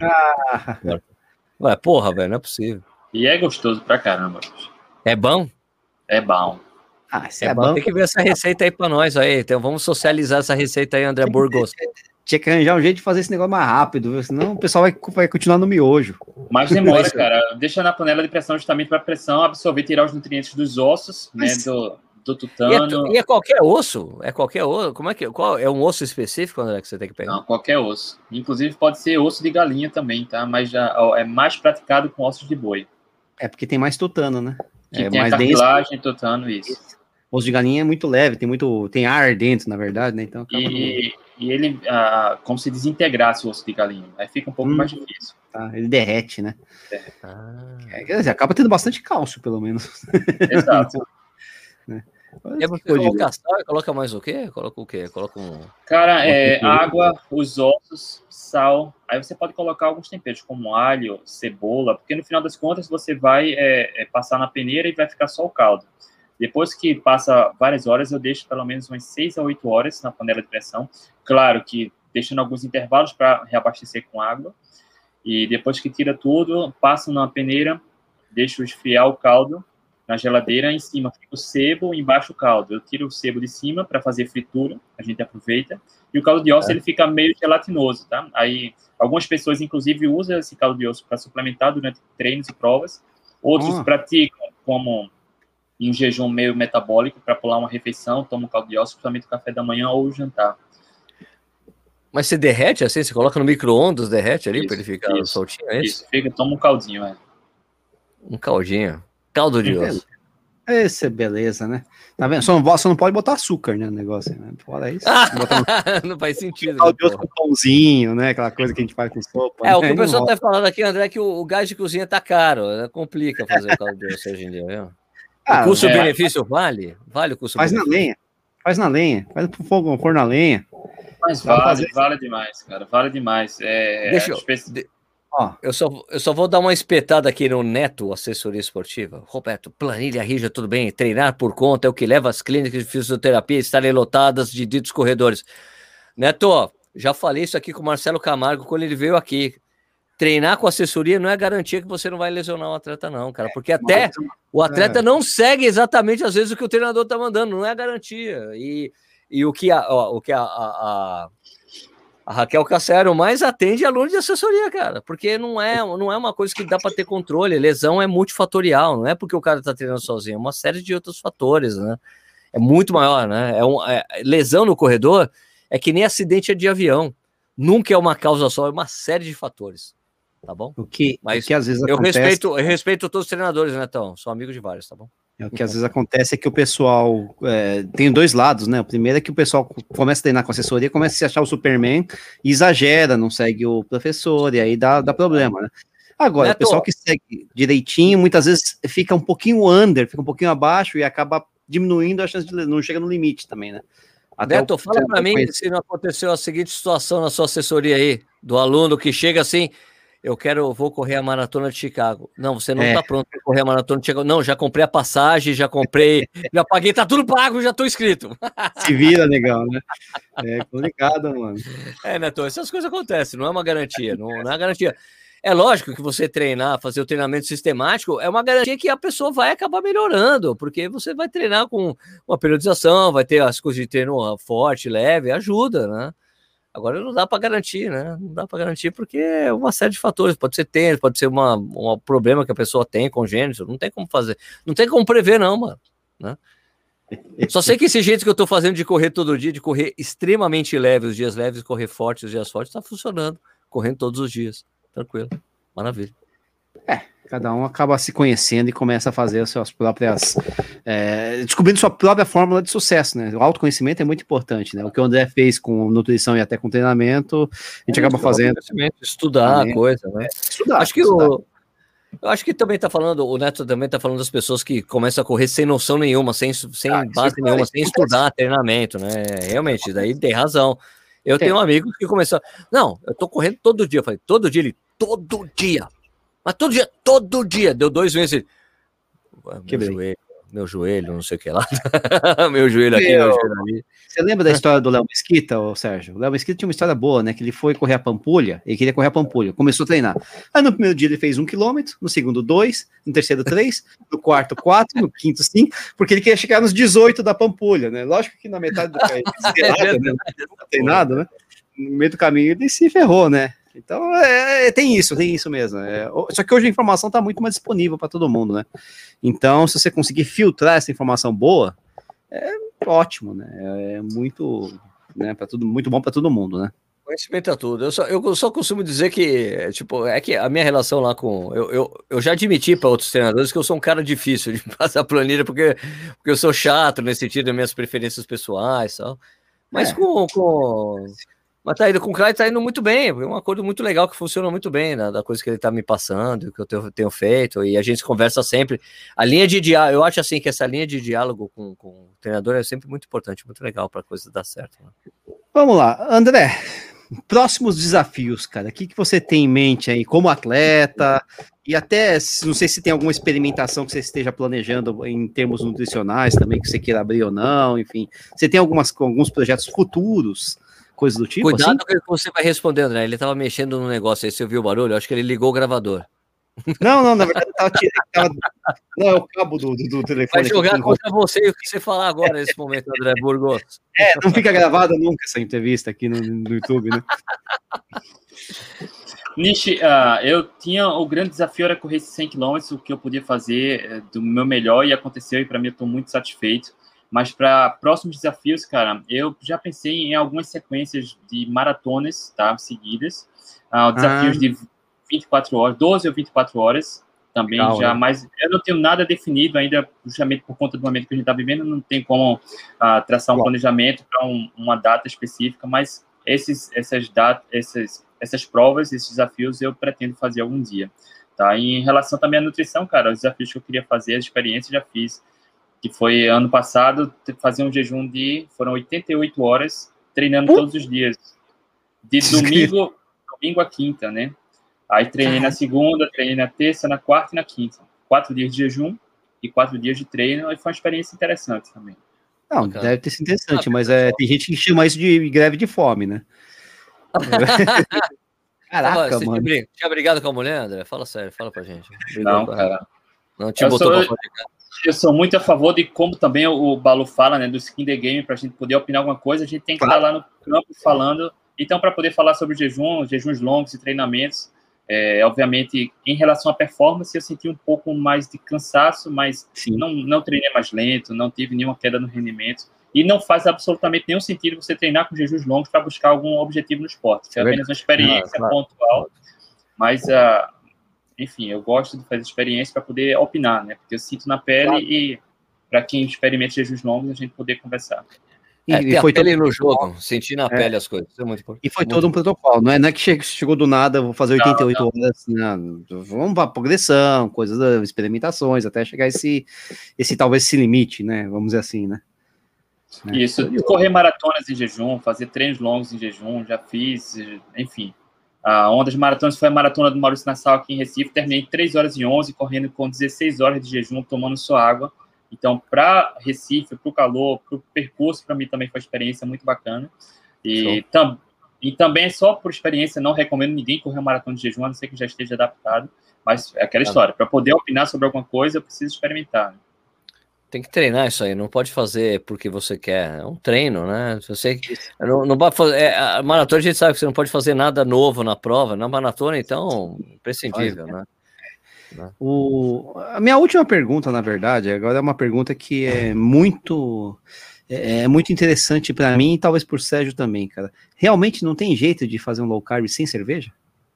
Ué, porra, velho, não é possível. E é gostoso pra caramba. É bom? É bom. É bom. Tem que ver essa receita aí pra nós aí. Então vamos socializar essa receita aí, André Burgos. Tinha que arranjar um jeito de fazer esse negócio mais rápido, senão o pessoal vai continuar no miojo. Mas demora, cara. Deixa na panela de pressão justamente para a pressão absorver e tirar os nutrientes dos ossos, né, do tutano. E é qualquer osso? É qualquer osso? Qual é um osso específico, André, que você tem que pegar? Não, qualquer osso. Inclusive pode ser osso de galinha também, tá? Mas já é mais praticado com ossos de boi. É porque tem mais tutano, né? Que tem mais cartilagem, tutano, isso. Osso de galinha é muito leve, tem ar dentro, na verdade, né? Então, e ele, como se desintegrasse o osso de galinha. Aí fica um pouco mais difícil. Tá, ele derrete, né? Quer dizer, acaba tendo bastante cálcio, pelo menos. Exato. Né? E você coloca sal e coloca mais o quê? Coloca o quê? Coloca Cara, água, os ossos, sal. Aí você pode colocar alguns temperos, como alho, cebola, porque no final das contas você vai passar na peneira e vai ficar só o caldo. Depois que passa várias horas, eu deixo pelo menos umas 6 a 8 horas na panela de pressão. Claro que deixando alguns intervalos para reabastecer com água. E depois que tira tudo, passo na peneira, deixo esfriar o caldo na geladeira. Em cima fica o sebo, embaixo o caldo. Eu tiro o sebo de cima para fazer fritura, a gente aproveita. E o caldo de osso ele fica meio gelatinoso, tá? Aí algumas pessoas, inclusive, usam esse caldo de osso para suplementar durante treinos e provas. Outros praticam como em um jejum meio metabólico para pular uma refeição, toma um caldo de osso, principalmente o café da manhã ou o jantar. Mas você derrete assim? Você coloca no micro-ondas, derrete ali para ele ficar soltinho, é isso? Isso, toma um caldinho, Um caldinho. Caldo de osso. Esse é beleza, né? Tá vendo? Só não pode botar açúcar, né, no negócio, né? Fora isso. Não faz sentido. Caldo de osso com pãozinho, né? Aquela coisa que a gente faz com sopa. O que o pessoal tá falando aqui, André, é que o gás de cozinha tá caro. Complica fazer o caldo de osso hoje em dia, viu? O custo-benefício vale? Vale o custo-benefício? Faz na lenha. Faz pro fogo, pôr na lenha. Mas vale demais, cara. Vale demais. Eu só vou dar uma espetada aqui no Neto, assessoria esportiva. Roberto, planilha rija, tudo bem. Treinar por conta é o que leva as clínicas de fisioterapia a estarem lotadas de ditos corredores. Neto, já falei isso aqui com o Marcelo Camargo quando ele veio aqui. Treinar com assessoria não é garantia que você não vai lesionar o atleta, não, cara. Porque até o atleta não segue exatamente, às vezes, o que o treinador tá mandando. Não é garantia. E o que a Raquel Cacero mais atende aluno de assessoria, cara. Porque não é uma coisa que dá para ter controle. Lesão é multifatorial. Não é porque o cara tá treinando sozinho. É uma série de outros fatores, né? É muito maior, né? Lesão no corredor é que nem acidente de avião. Nunca é uma causa só, é uma série de fatores. Tá bom? Mas às vezes eu respeito todos os treinadores, né, então? Sou amigo de vários, tá bom? O que às vezes acontece é que o pessoal tem dois lados, né? O primeiro é que o pessoal começa a treinar com assessoria, começa a se achar o Superman e exagera, não segue o professor, e aí dá problema, né? Agora, Neto, o pessoal que segue direitinho, muitas vezes fica um pouquinho under, fica um pouquinho abaixo e acaba diminuindo a chance de não chega no limite também, né? Neto, fala para mim se não aconteceu a seguinte situação na sua assessoria aí, do aluno que chega assim, vou correr a maratona de Chicago. Não, você não tá pronto para correr a maratona de Chicago. Não, já comprei a passagem, já paguei, tá tudo pago, já tô inscrito. Se vira, legal, né? É complicado, mano. Neto, essas coisas acontecem, não é uma garantia, não é garantia. É lógico que você fazer o treinamento sistemático, é uma garantia que a pessoa vai acabar melhorando, porque você vai treinar com uma periodização, vai ter as coisas de treino forte, leve, ajuda, né? Agora não dá para garantir, né? Não dá para garantir porque é uma série de fatores. Pode ser tênis, pode ser um problema que a pessoa tem congênito. Não tem como fazer. Não tem como prever, não, mano. Né? Só sei que esse jeito que eu tô fazendo de correr todo dia, de correr extremamente leve, os dias leves, correr forte, os dias fortes, tá funcionando. Correndo todos os dias. Tranquilo. Maravilha. Cada um acaba se conhecendo e começa a fazer as suas próprias... descobrindo sua própria fórmula de sucesso, né? O autoconhecimento é muito importante, né? O que o André fez com nutrição e até com treinamento, a gente acaba fazendo... Estudar a coisa, né? Estudar. Eu acho que também tá falando, o Neto também tá falando das pessoas que começam a correr sem noção nenhuma, sem base nenhuma, sem estudar treinamento, né? Realmente, daí tem razão. Eu tenho um amigo que começou... Não, eu tô correndo todo dia. Eu falei, todo dia? Ele, todo dia. Mas todo dia. Deu 2 meses. Meu joelho, não sei o que lá. Meu joelho aqui, meu joelho ali. Você lembra da história do Léo Mesquita, Sérgio? O Léo Mesquita tinha uma história boa, né? Que ele foi correr a Pampulha, ele queria correr a Pampulha, começou a treinar. Aí no primeiro dia ele fez 1 quilômetro, no segundo 2, no terceiro 3, no quarto 4, no quinto 5, porque ele queria chegar nos 18 da Pampulha, né? Lógico que na metade do caminho, não tem nada, né? No meio do caminho ele se ferrou, né? Então, tem isso mesmo. Só que hoje a informação está muito mais disponível para todo mundo, né? Então, se você conseguir filtrar essa informação boa, é ótimo, né? É muito, né, muito bom para todo mundo, né? Conhecimento é tudo. Eu só costumo dizer que, tipo, é que a minha relação lá com... Eu já admiti para outros treinadores que eu sou um cara difícil de passar planilha, porque eu sou chato nesse sentido das minhas preferências pessoais e tal. Mas Mas com o Clyde tá indo muito bem, é um acordo muito legal que funciona muito bem, né, da coisa que ele tá me passando, que eu tenho feito, e a gente conversa sempre. A linha de diálogo, eu acho assim que essa linha de diálogo com o treinador é sempre muito importante, muito legal para a coisa dar certo. Né? Vamos lá, André, próximos desafios, cara, o que você tem em mente aí como atleta, e até, não sei se tem alguma experimentação que você esteja planejando em termos nutricionais também, que você queira abrir ou não, enfim, você tem alguns projetos futuros, coisas do tipo? Cuidado assim? com o que você vai responder, André. Ele tava mexendo no negócio aí, você ouviu o barulho? Eu acho que ele ligou o gravador. Não, na verdade não, é o cabo do telefone. Vai jogar contra você o que você falar agora nesse momento, André Burgos. Não fica gravada nunca essa entrevista aqui no YouTube, né? Nishi, o grande desafio era correr esses 100 km, o que eu podia fazer do meu melhor e aconteceu, e para mim eu estou muito satisfeito. Mas para próximos desafios, cara, eu já pensei em algumas sequências de maratonas, tá, seguidas. Desafios de 24 horas, 12 ou 24 horas também. Legal, já, né? Mas eu não tenho nada definido ainda, justamente por conta do momento que a gente está vivendo, não tem como traçar um planejamento para uma data específica, mas essas provas, esses desafios, eu pretendo fazer algum dia. Tá? E em relação também à nutrição, cara, os desafios que eu queria fazer, as experiências já fiz, que foi ano passado, fazer um jejum foram 88 horas, treinando todos os dias, de domingo a quinta, né? Aí treinei na segunda, treinei na terça, na quarta e na quinta. 4 dias de jejum e 4 dias de treino, e foi uma experiência interessante também. Não, deve ter sido interessante, mas tem gente que chama isso de greve de fome, né? Caraca, mano. Tinha brigado com a mulher, André? Fala sério, fala pra gente. Não, cara. Não te botou pra fora de casa. Eu sou muito a favor de como também o Balu fala, né, do skin the game, para a gente poder opinar alguma coisa, a gente tem que estar lá no campo falando. Então, para poder falar sobre jejuns longos e treinamentos, obviamente, em relação à performance, eu senti um pouco mais de cansaço, mas não treinei mais lento, não tive nenhuma queda no rendimento, e não faz absolutamente nenhum sentido você treinar com jejuns longos para buscar algum objetivo no esporte. Foi apenas uma experiência pontual, mas... enfim, eu gosto de fazer experiência para poder opinar, né? Porque eu sinto na pele e para quem experimenta jejuns longos, a gente poder conversar. E foi pele no jogo, sentir na pele as coisas. Isso é muito importante. E foi todo um protocolo, não é que chegou do nada, vou fazer 88 horas, não. Vamos para progressão, coisas, experimentações, até chegar esse talvez esse limite, né? Vamos dizer assim, né? Isso, correr maratonas em jejum, fazer treinos longos em jejum, já fiz, enfim. Uma das maratonas foi a maratona do Maurício Nassau aqui em Recife, terminei 3 horas e 11, correndo com 16 horas de jejum, tomando só água. Então, para Recife, para o calor, para o percurso, para mim também foi uma experiência muito bacana. E também, só por experiência, não recomendo ninguém correr uma maratona de jejum, a não ser que já esteja adaptado. Mas é aquela história, para poder opinar sobre alguma coisa, eu preciso experimentar. Né? Tem que treinar isso aí, não pode fazer porque você quer. É um treino, né? Você não pode fazer. A maratona a gente sabe que você não pode fazer nada novo na prova. Na maratona, então, imprescindível, né? A minha última pergunta, na verdade, agora é uma pergunta que é muito interessante para mim e talvez por Sérgio também, cara. Realmente não tem jeito de fazer um low carb sem cerveja?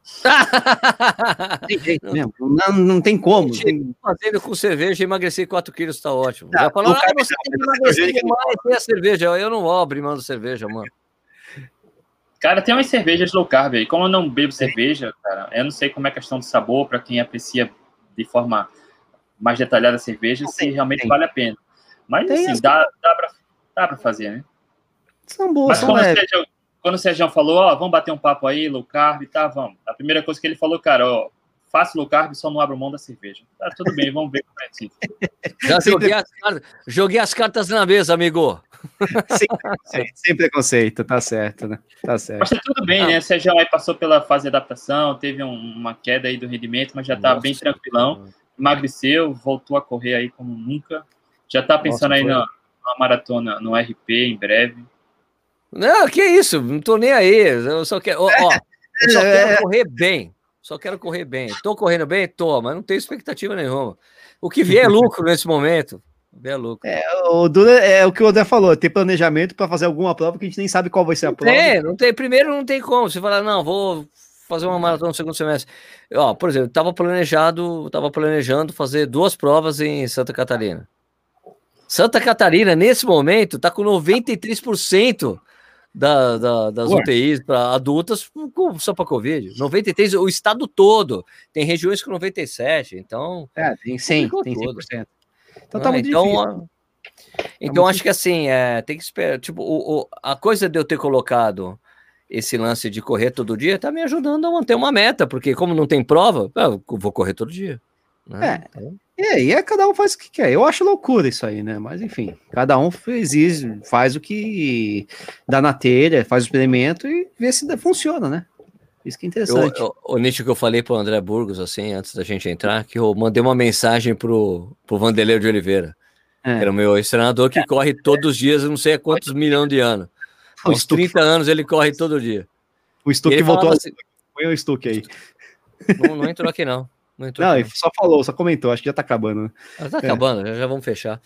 Tem jeito mesmo, não tem como. Fazendo com cerveja, emagrecer 4 quilos tá ótimo. Já falaram, você tem que emagrecer mais sem a cerveja. Eu não vou abrir mão da cerveja, mano. Cara, tem umas cervejas low carb aí. Como eu não bebo cerveja, cara, eu não sei como é a questão do sabor, para quem aprecia de forma mais detalhada a cerveja, se realmente vale a pena. Mas assim, dá pra fazer, né? São boas, mas quando o Sérgio falou, vamos bater um papo aí, low carb, tá, vamos. A primeira coisa que ele falou, cara, faço low carb, só não abro mão da cerveja. Tá, tudo bem, vamos ver como é assim. Já joguei as cartas na mesa, amigo. Sem preconceito, tá certo, né? Tá certo. Mas tá tudo bem, né? O Sérgio aí passou pela fase de adaptação, teve uma queda aí do rendimento, mas já tá bem tranquilão. Emagreceu, voltou a correr aí como nunca. Já tá pensando aí na maratona, no RP em breve. Não, que isso, não tô nem aí. Eu só quero, eu só quero correr bem. Só quero correr bem. Tô correndo bem? Tô, mas não tenho expectativa nenhuma. O que vier é lucro nesse momento. É lucro. O duro é o que o André falou, ter planejamento para fazer alguma prova que a gente nem sabe qual vai ser a prova. Não tem. Primeiro não tem como. Você fala, não, vou fazer uma maratona no segundo semestre. Por exemplo, tava planejando fazer 2 provas em Santa Catarina. Santa Catarina, nesse momento, tá com 93% das UTIs para adultas só para Covid. 93%, o estado todo. Tem regiões com 97%, então... tem 100%, tem 100%. Então tá muito difícil. Então acho que assim, tem que esperar. Tipo, a coisa de eu ter colocado esse lance de correr todo dia tá me ajudando a manter uma meta, porque como não tem prova, eu vou correr todo dia. Né? Cada um faz o que quer. Eu acho loucura isso aí, né? Mas enfim, cada um faz o que dá na telha, faz o experimento e vê se funciona, né? Isso que é interessante. O nicho que eu falei pro André Burgos, assim, antes da gente entrar, que eu mandei uma mensagem pro Vanderlei de Oliveira, que era o meu ex-treinador, que corre todos os dias, não sei há quantos milhões de anos. Há uns 30 anos ele corre todo dia. O Stuck voltou assim, põe o Stuck aí. Não entrou aqui, não. Não, ele só comentou, acho que já tá acabando, né? Tá acabando, já vamos fechar.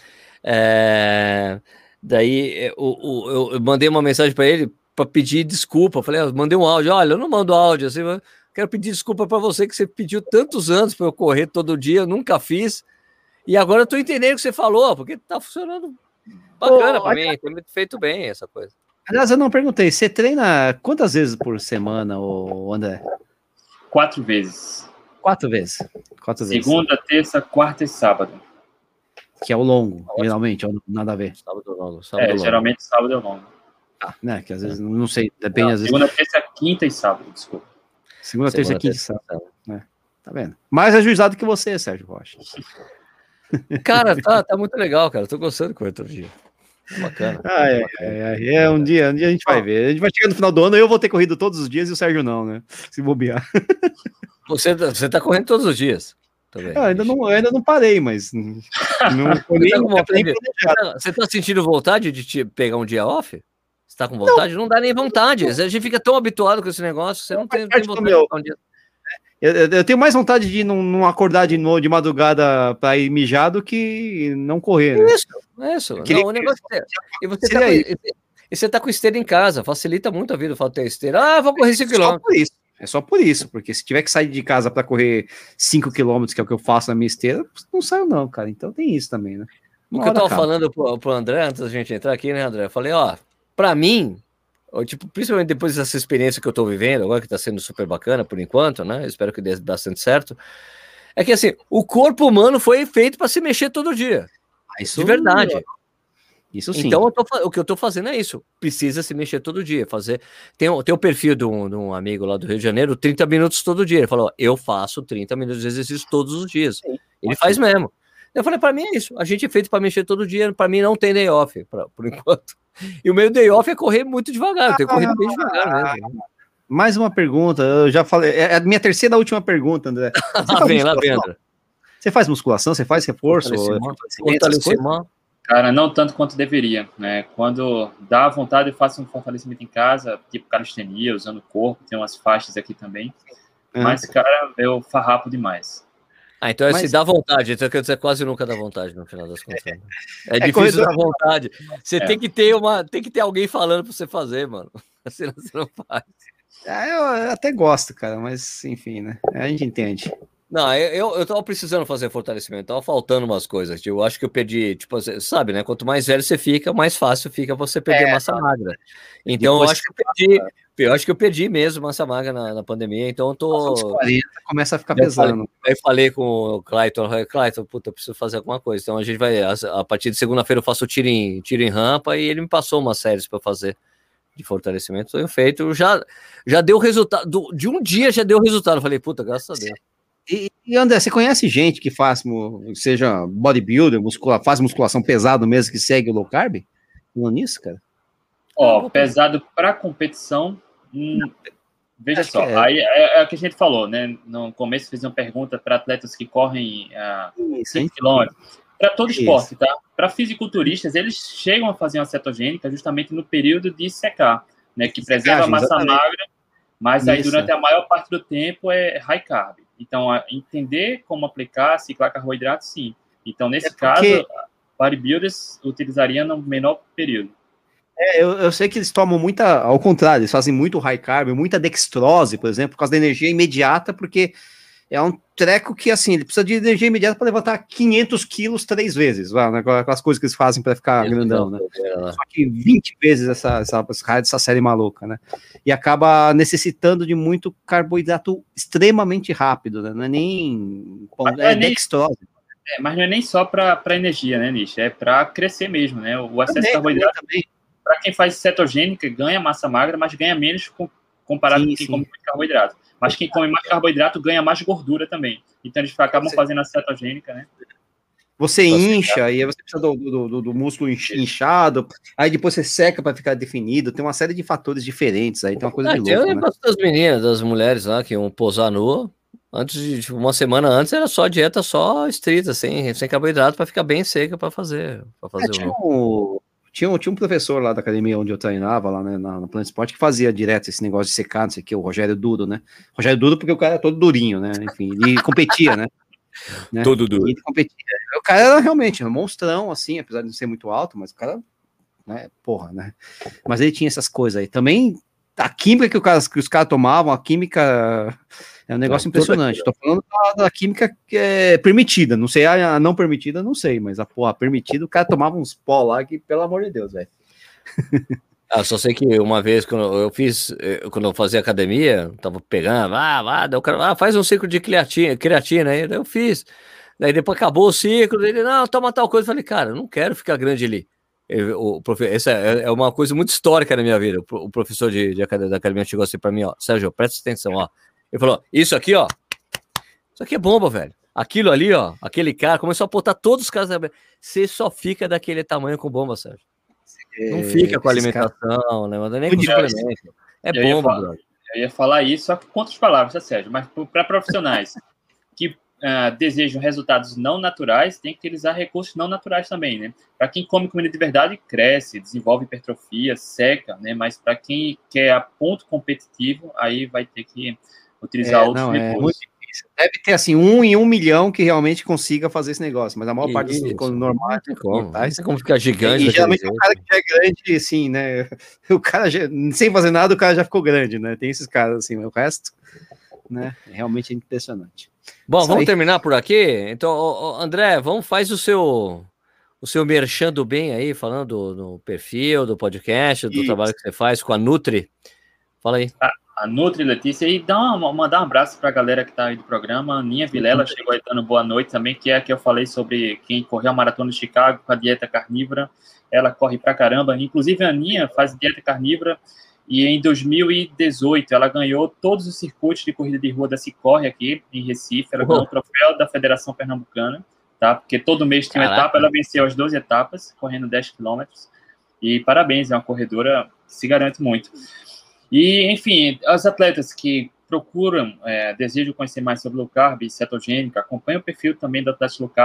Daí eu mandei uma mensagem para ele para pedir desculpa. Eu falei, mandei um áudio. Olha, eu não mando áudio assim, eu quero pedir desculpa para você que você pediu tantos anos para eu correr todo dia, eu nunca fiz. E agora eu tô entendendo o que você falou, porque tá funcionando bacana para mim, tem feito bem essa coisa. Aliás, eu não perguntei, você treina quantas vezes por semana, André? 4 vezes. 4 vezes. Segunda, terça, quarta e sábado. Que é o longo, geralmente, ou nada a ver. Sábado longo. Geralmente sábado é o longo. Né, que às vezes, não sei, depende às vezes. Segunda, terça, quinta e sábado, desculpa. Segunda, terça, quinta e sábado. Né? Tá vendo? Mais ajuizado que você, Sérgio Rocha. Cara, tá muito legal, cara. Tô gostando de correr todo dia. Bacana. Um dia a gente vai ver. A gente vai chegar no final do ano e eu vou ter corrido todos os dias e o Sérgio não, né? Se bobear. Você tá correndo todos os dias. Ainda não parei, mas você tá sentindo vontade de tempo um dia off? Você tá com vontade? Não dá nem vontade. A gente fica tão habituado com esse negócio, você não tem vontade de ficar um dia. Eu tenho mais vontade de não acordar de madrugada para ir mijar do que não correr. Né? Isso. Não, o negócio e você tá com esteira em casa, facilita muito a vida o fato de ter esteira. Vou correr 5 km. É só por isso, porque se tiver que sair de casa para correr 5 km, que é o que eu faço na minha esteira, não saio não, cara. Então tem isso também, né? O que eu tava falando pro André, antes da gente entrar aqui, né, André? Eu falei, pra mim, principalmente depois dessa experiência que eu tô vivendo, agora que tá sendo super bacana por enquanto, né? Eu espero que dê bastante certo. É que assim, o corpo humano foi feito para se mexer todo dia. Isso de verdade. Isso sim. Então, o que eu tô fazendo é isso. Precisa se mexer todo dia. Tem o perfil de um amigo lá do Rio de Janeiro, 30 minutos todo dia. Ele falou, eu faço 30 minutos de exercício todos os dias. Sim, ele faz mesmo. Eu falei, para mim é isso. A gente é feito para mexer todo dia. Para mim não tem day off, por enquanto. E o meu day off é correr muito devagar. Eu tenho corrido bem devagar mesmo. Mais uma pergunta. Eu já falei. É a minha terceira e última pergunta, André. Lá vem, André. Você faz musculação? Você faz reforço? Fortalecimento. Cara, não tanto quanto deveria, né? Quando dá vontade, eu faço um fortalecimento em casa, tipo calistenia, usando o corpo, tem umas faixas aqui também. Mas, cara, eu farrapo demais. Então se dá vontade, então quer dizer, quase nunca dá vontade no final das contas. É difícil dar vontade. Você tem que ter alguém falando pra você fazer, mano. Senão você não faz. Eu até gosto, cara, mas enfim, né? A gente entende. Não, eu tava precisando fazer fortalecimento, tava faltando umas coisas. Eu acho que eu perdi, tipo, você sabe, né? Quanto mais velho você fica, mais fácil fica você perder massa magra. Então, eu acho que eu perdi mesmo massa magra na pandemia, então eu tô... Os 40 começa a ficar pesando. Aí falei com o Clayton, puta, eu preciso fazer alguma coisa. Então a gente vai, a partir de segunda-feira eu faço tiro em rampa e ele me passou umas séries para fazer de fortalecimento. Tenho feito, já deu resultado, de um dia já deu resultado. Eu falei, puta, graças a Deus. E André, você conhece gente que seja bodybuilder, faz musculação pesado mesmo, que segue o low carb? Não nisso, cara? Pesado para competição, veja só, aí é o que a gente falou, né? No começo fiz uma pergunta para atletas que correm 5 km, para todo esporte, tá? Para fisiculturistas, eles chegam a fazer uma cetogênica justamente no período de secar, né? Que preserva a massa magra, mas aí durante a maior parte do tempo é high carb. Então, entender como aplicar, ciclar carboidrato, sim. Então, nesse caso, bodybuilders utilizariam no menor período. Eu sei que eles tomam ao contrário, eles fazem muito high carb, muita dextrose, por exemplo, por causa da energia imediata, porque é um treco que, assim, ele precisa de energia imediata para levantar 500 quilos 3 vezes, né? Aquelas coisas que eles fazem para ficar grandão, né? Só que 20 vezes essa série maluca, né? E acaba necessitando de muito carboidrato extremamente rápido, né? Não é nem... dextrose. Mas não é nem só para energia, né, Nish? É para crescer mesmo, né? O excesso de carboidrato também. Para quem faz cetogênica, ganha massa magra, mas ganha menos comparado com quem come muito carboidrato. Mas quem come mais carboidrato ganha mais gordura também. Então eles acabam fazendo a cetogênica, né? Você incha, e aí você precisa do músculo inchado, aí depois você seca para ficar definido. Tem uma série de fatores diferentes aí, tem uma coisa de louco, tem o negócio das meninas, das mulheres lá, que iam posar nua. Uma semana antes era só dieta só estrita, sem carboidrato, para ficar bem seca para fazer Tinha um professor lá da academia onde eu treinava, lá, né, na Planet Sport, que fazia direto esse negócio de secar, não sei o que, o Rogério Duro, né? Rogério Duro porque o cara é todo durinho, né? Enfim, ele competia, né? Todo duro. Ele competia. O cara era realmente um monstrão, assim, apesar de não ser muito alto, mas o cara, né? Porra, né? Mas ele tinha essas coisas aí. Também, a química que os caras tomavam, a química... É um negócio impressionante. Tô falando da química que é permitida. Não sei a não permitida, não sei, mas a permitida, o cara tomava uns pó lá que, pelo amor de Deus, velho. Só sei que uma vez, quando eu fazia academia, tava pegando, daí o cara, faz um ciclo de creatina aí, daí eu fiz. Daí depois acabou o ciclo, ele, não, toma tal coisa. Eu falei, cara, eu não quero ficar grande ali. Essa é uma coisa muito histórica na minha vida. O professor da academia chegou assim pra mim, ó, Sérgio, presta atenção, ó. Ele falou, isso aqui, ó, isso aqui é bomba, velho. Aquilo ali, ó, aquele cara, começou a botar todos os caras. Você só fica daquele tamanho com bomba, Sérgio. Não fica com alimentação, né? Mas nem com suplemento. É bomba, brother. Eu ia falar isso, só que com outras palavras, tá, Sérgio? Mas para profissionais que desejam resultados não naturais, tem que utilizar recursos não naturais também, né? Para quem come comida de verdade, cresce, desenvolve hipertrofia, seca, né? Mas para quem quer a ponto competitivo, aí vai ter que utilizar outros recursos. Deve ter, assim, 1 em 1 milhão que realmente consiga fazer esse negócio, mas a maior parte dos normais... Não tem como ficar gigante. E geralmente o cara que já é grande, assim, né? O cara, sem fazer nada, o cara já ficou grande, né? Tem esses caras, assim, o resto, né? Realmente é impressionante. Bom, vamos terminar por aqui? Então, André, faz o seu merchan do bem aí, falando no perfil, do podcast, do trabalho que você faz com a Nutri. Fala aí. A Nutri, Letícia, e mandar um abraço para a galera que está aí do programa. A Aninha Vilela chegou aí dando boa noite também, que é a que eu falei sobre quem correu a Maratona de Chicago com a dieta carnívora. Ela corre pra caramba. Inclusive, a Aninha faz dieta carnívora e em 2018 ela ganhou todos os circuitos de corrida de rua da Cicorre aqui em Recife. Ela ganhou o troféu da Federação Pernambucana, tá? Porque todo mês tem uma etapa. Ela venceu as 12 etapas, correndo 10 quilômetros. E parabéns, é uma corredora que se garante muito. E, enfim, os atletas que procuram, desejam conhecer mais sobre low carb e cetogênica, acompanhem o perfil também do Atlético Low Carb.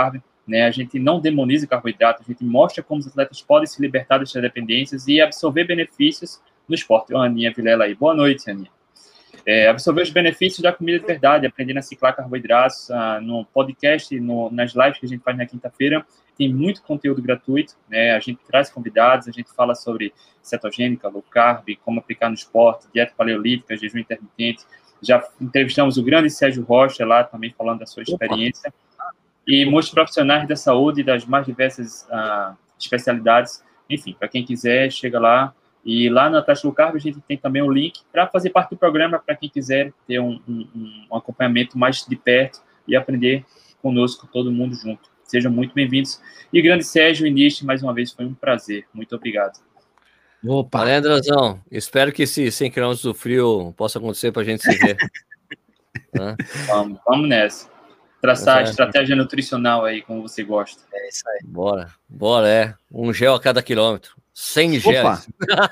né? A gente não demoniza carboidrato, a gente mostra como os atletas podem se libertar dessas dependências e absorver benefícios no esporte. Ó, Aninha Vilela aí. Boa noite, Aninha. Absorver os benefícios da comida de verdade, aprendendo a ciclar carboidratos no podcast, nas lives que a gente faz na quinta-feira. Tem muito conteúdo gratuito, né? A gente traz convidados, a gente fala sobre cetogênica, low carb, como aplicar no esporte, dieta paleolítica, jejum intermitente. Já entrevistamos o grande Sérgio Rocha lá, também falando da sua experiência. E muitos profissionais da saúde, das mais diversas especialidades. Enfim, para quem quiser, chega lá. E lá na Taxa Low Carb a gente tem também um link para fazer parte do programa, para quem quiser ter um acompanhamento mais de perto e aprender conosco, todo mundo junto. Sejam muito bem-vindos. E grande Sérgio e Nishi, mais uma vez, foi um prazer. Muito obrigado. Opa! Valeu, Andrazão. Espero que esse 100 km do frio possa acontecer para a gente se ver. Vamos nessa. Traçar a estratégia nutricional aí, como você gosta. É isso aí. Bora, Um gel a cada quilômetro. 100 gels.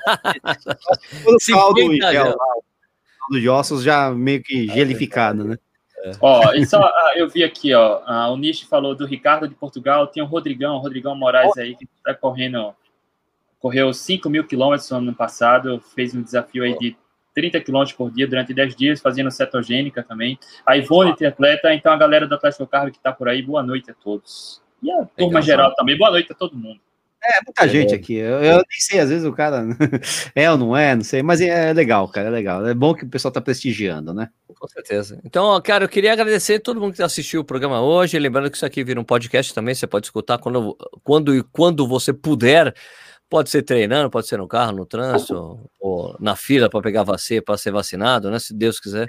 O caldo de gel, caldo de ossos já meio que gelificado, né? E só, eu vi aqui, o Nishi falou do Ricardo de Portugal, tem o Rodrigão Moraes aí, que está correu 5 mil quilômetros no ano passado, fez um desafio aí de 30 quilômetros por dia durante 10 dias, fazendo cetogênica também. A Ivone, triatleta, então a galera da Atlético Carbo que está por aí, boa noite a todos. E a turma geral também, boa noite a todo mundo. Muita gente aqui, eu nem sei, às vezes o cara é ou não é, não sei, mas é legal, cara, é legal. É bom que o pessoal tá prestigiando, né? Com certeza. Então, cara, eu queria agradecer a todo mundo que assistiu o programa hoje, lembrando que isso aqui vira um podcast também, você pode escutar quando você puder, pode ser treinando, pode ser no carro, no trânsito, ou na fila para pegar vacina, para ser vacinado, né, se Deus quiser.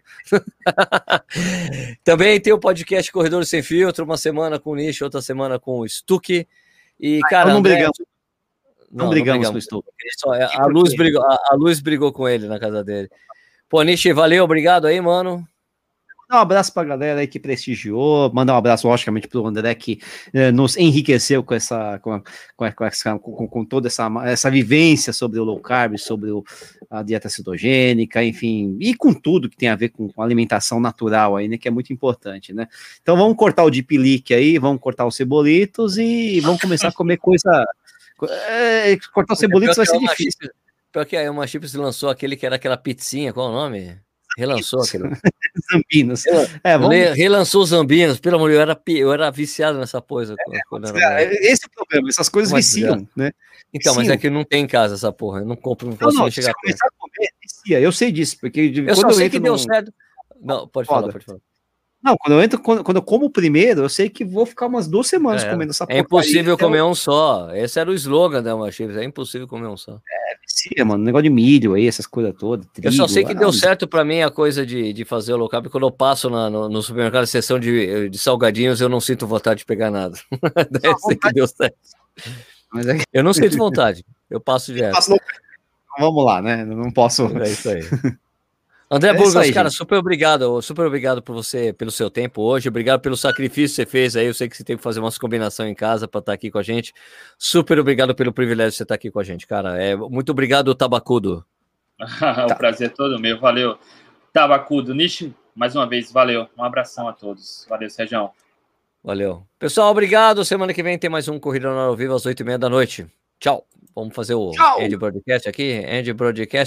Também tem o podcast Corredores Sem Filtro, uma semana com o Nishi, outra semana com o Stuck. E, cara, não brigamos. Não brigamos com o Stuck. A Luz brigou com ele na casa dele. Pô, Nishi, valeu, obrigado aí, mano. Um abraço pra galera aí que prestigiou, mandar um abraço, logicamente, pro André, que nos enriqueceu com toda essa vivência sobre o low carb, sobre a dieta cetogênica, enfim, e com tudo que tem a ver com alimentação natural aí, né, que é muito importante, né? Então vamos cortar o deep leak aí, vamos cortar os cebolitos e vamos começar a comer coisa... cortar os cebolitos vai ser difícil. Pior que a Elma Chips lançou aquele que era aquela pizzinha, qual é o nome? Relançou aquele. Zambinos. Relançou os Zambinos, pelo amor de Deus, eu era viciado nessa coisa. Esse é o problema, essas coisas viciam, né? Então, mas é que não tem em casa essa porra, eu não compro, não posso chegar a começar a comer, vicia, eu sei disso, porque eu só sei que deu certo. Não, pode falar. Não, quando eu como o primeiro, eu sei que vou ficar umas 2 semanas comendo essa porcaria. É impossível comer um só. Esse era o slogan da Elma Chips, é impossível comer um só. Vicia, mano, negócio de milho aí, essas coisas todas. Trigo, eu só sei que deu certo pra mim a coisa de fazer o low carb, quando eu passo no supermercado, seção de salgadinhos, eu não sinto vontade de pegar nada. Daí sei que deu certo. Mas eu não sinto vontade, eu passo direto. Vamos lá, né? Não posso. É isso aí. André Burgos, cara, super obrigado pelo seu tempo hoje, obrigado pelo sacrifício que você fez aí, eu sei que você tem que fazer umas combinações em casa para estar aqui com a gente, super obrigado pelo privilégio de você estar aqui com a gente, cara, muito obrigado, Tabacudo. O prazer é todo meu, valeu, Tabacudo, Nishi, mais uma vez, valeu, um abração a todos, valeu, Sérgio. Valeu. Pessoal, obrigado, semana que vem tem mais um Corrida no Ar ao Vivo às 8h30 da noite, tchau, vamos fazer o End Broadcast aqui, End Broadcast.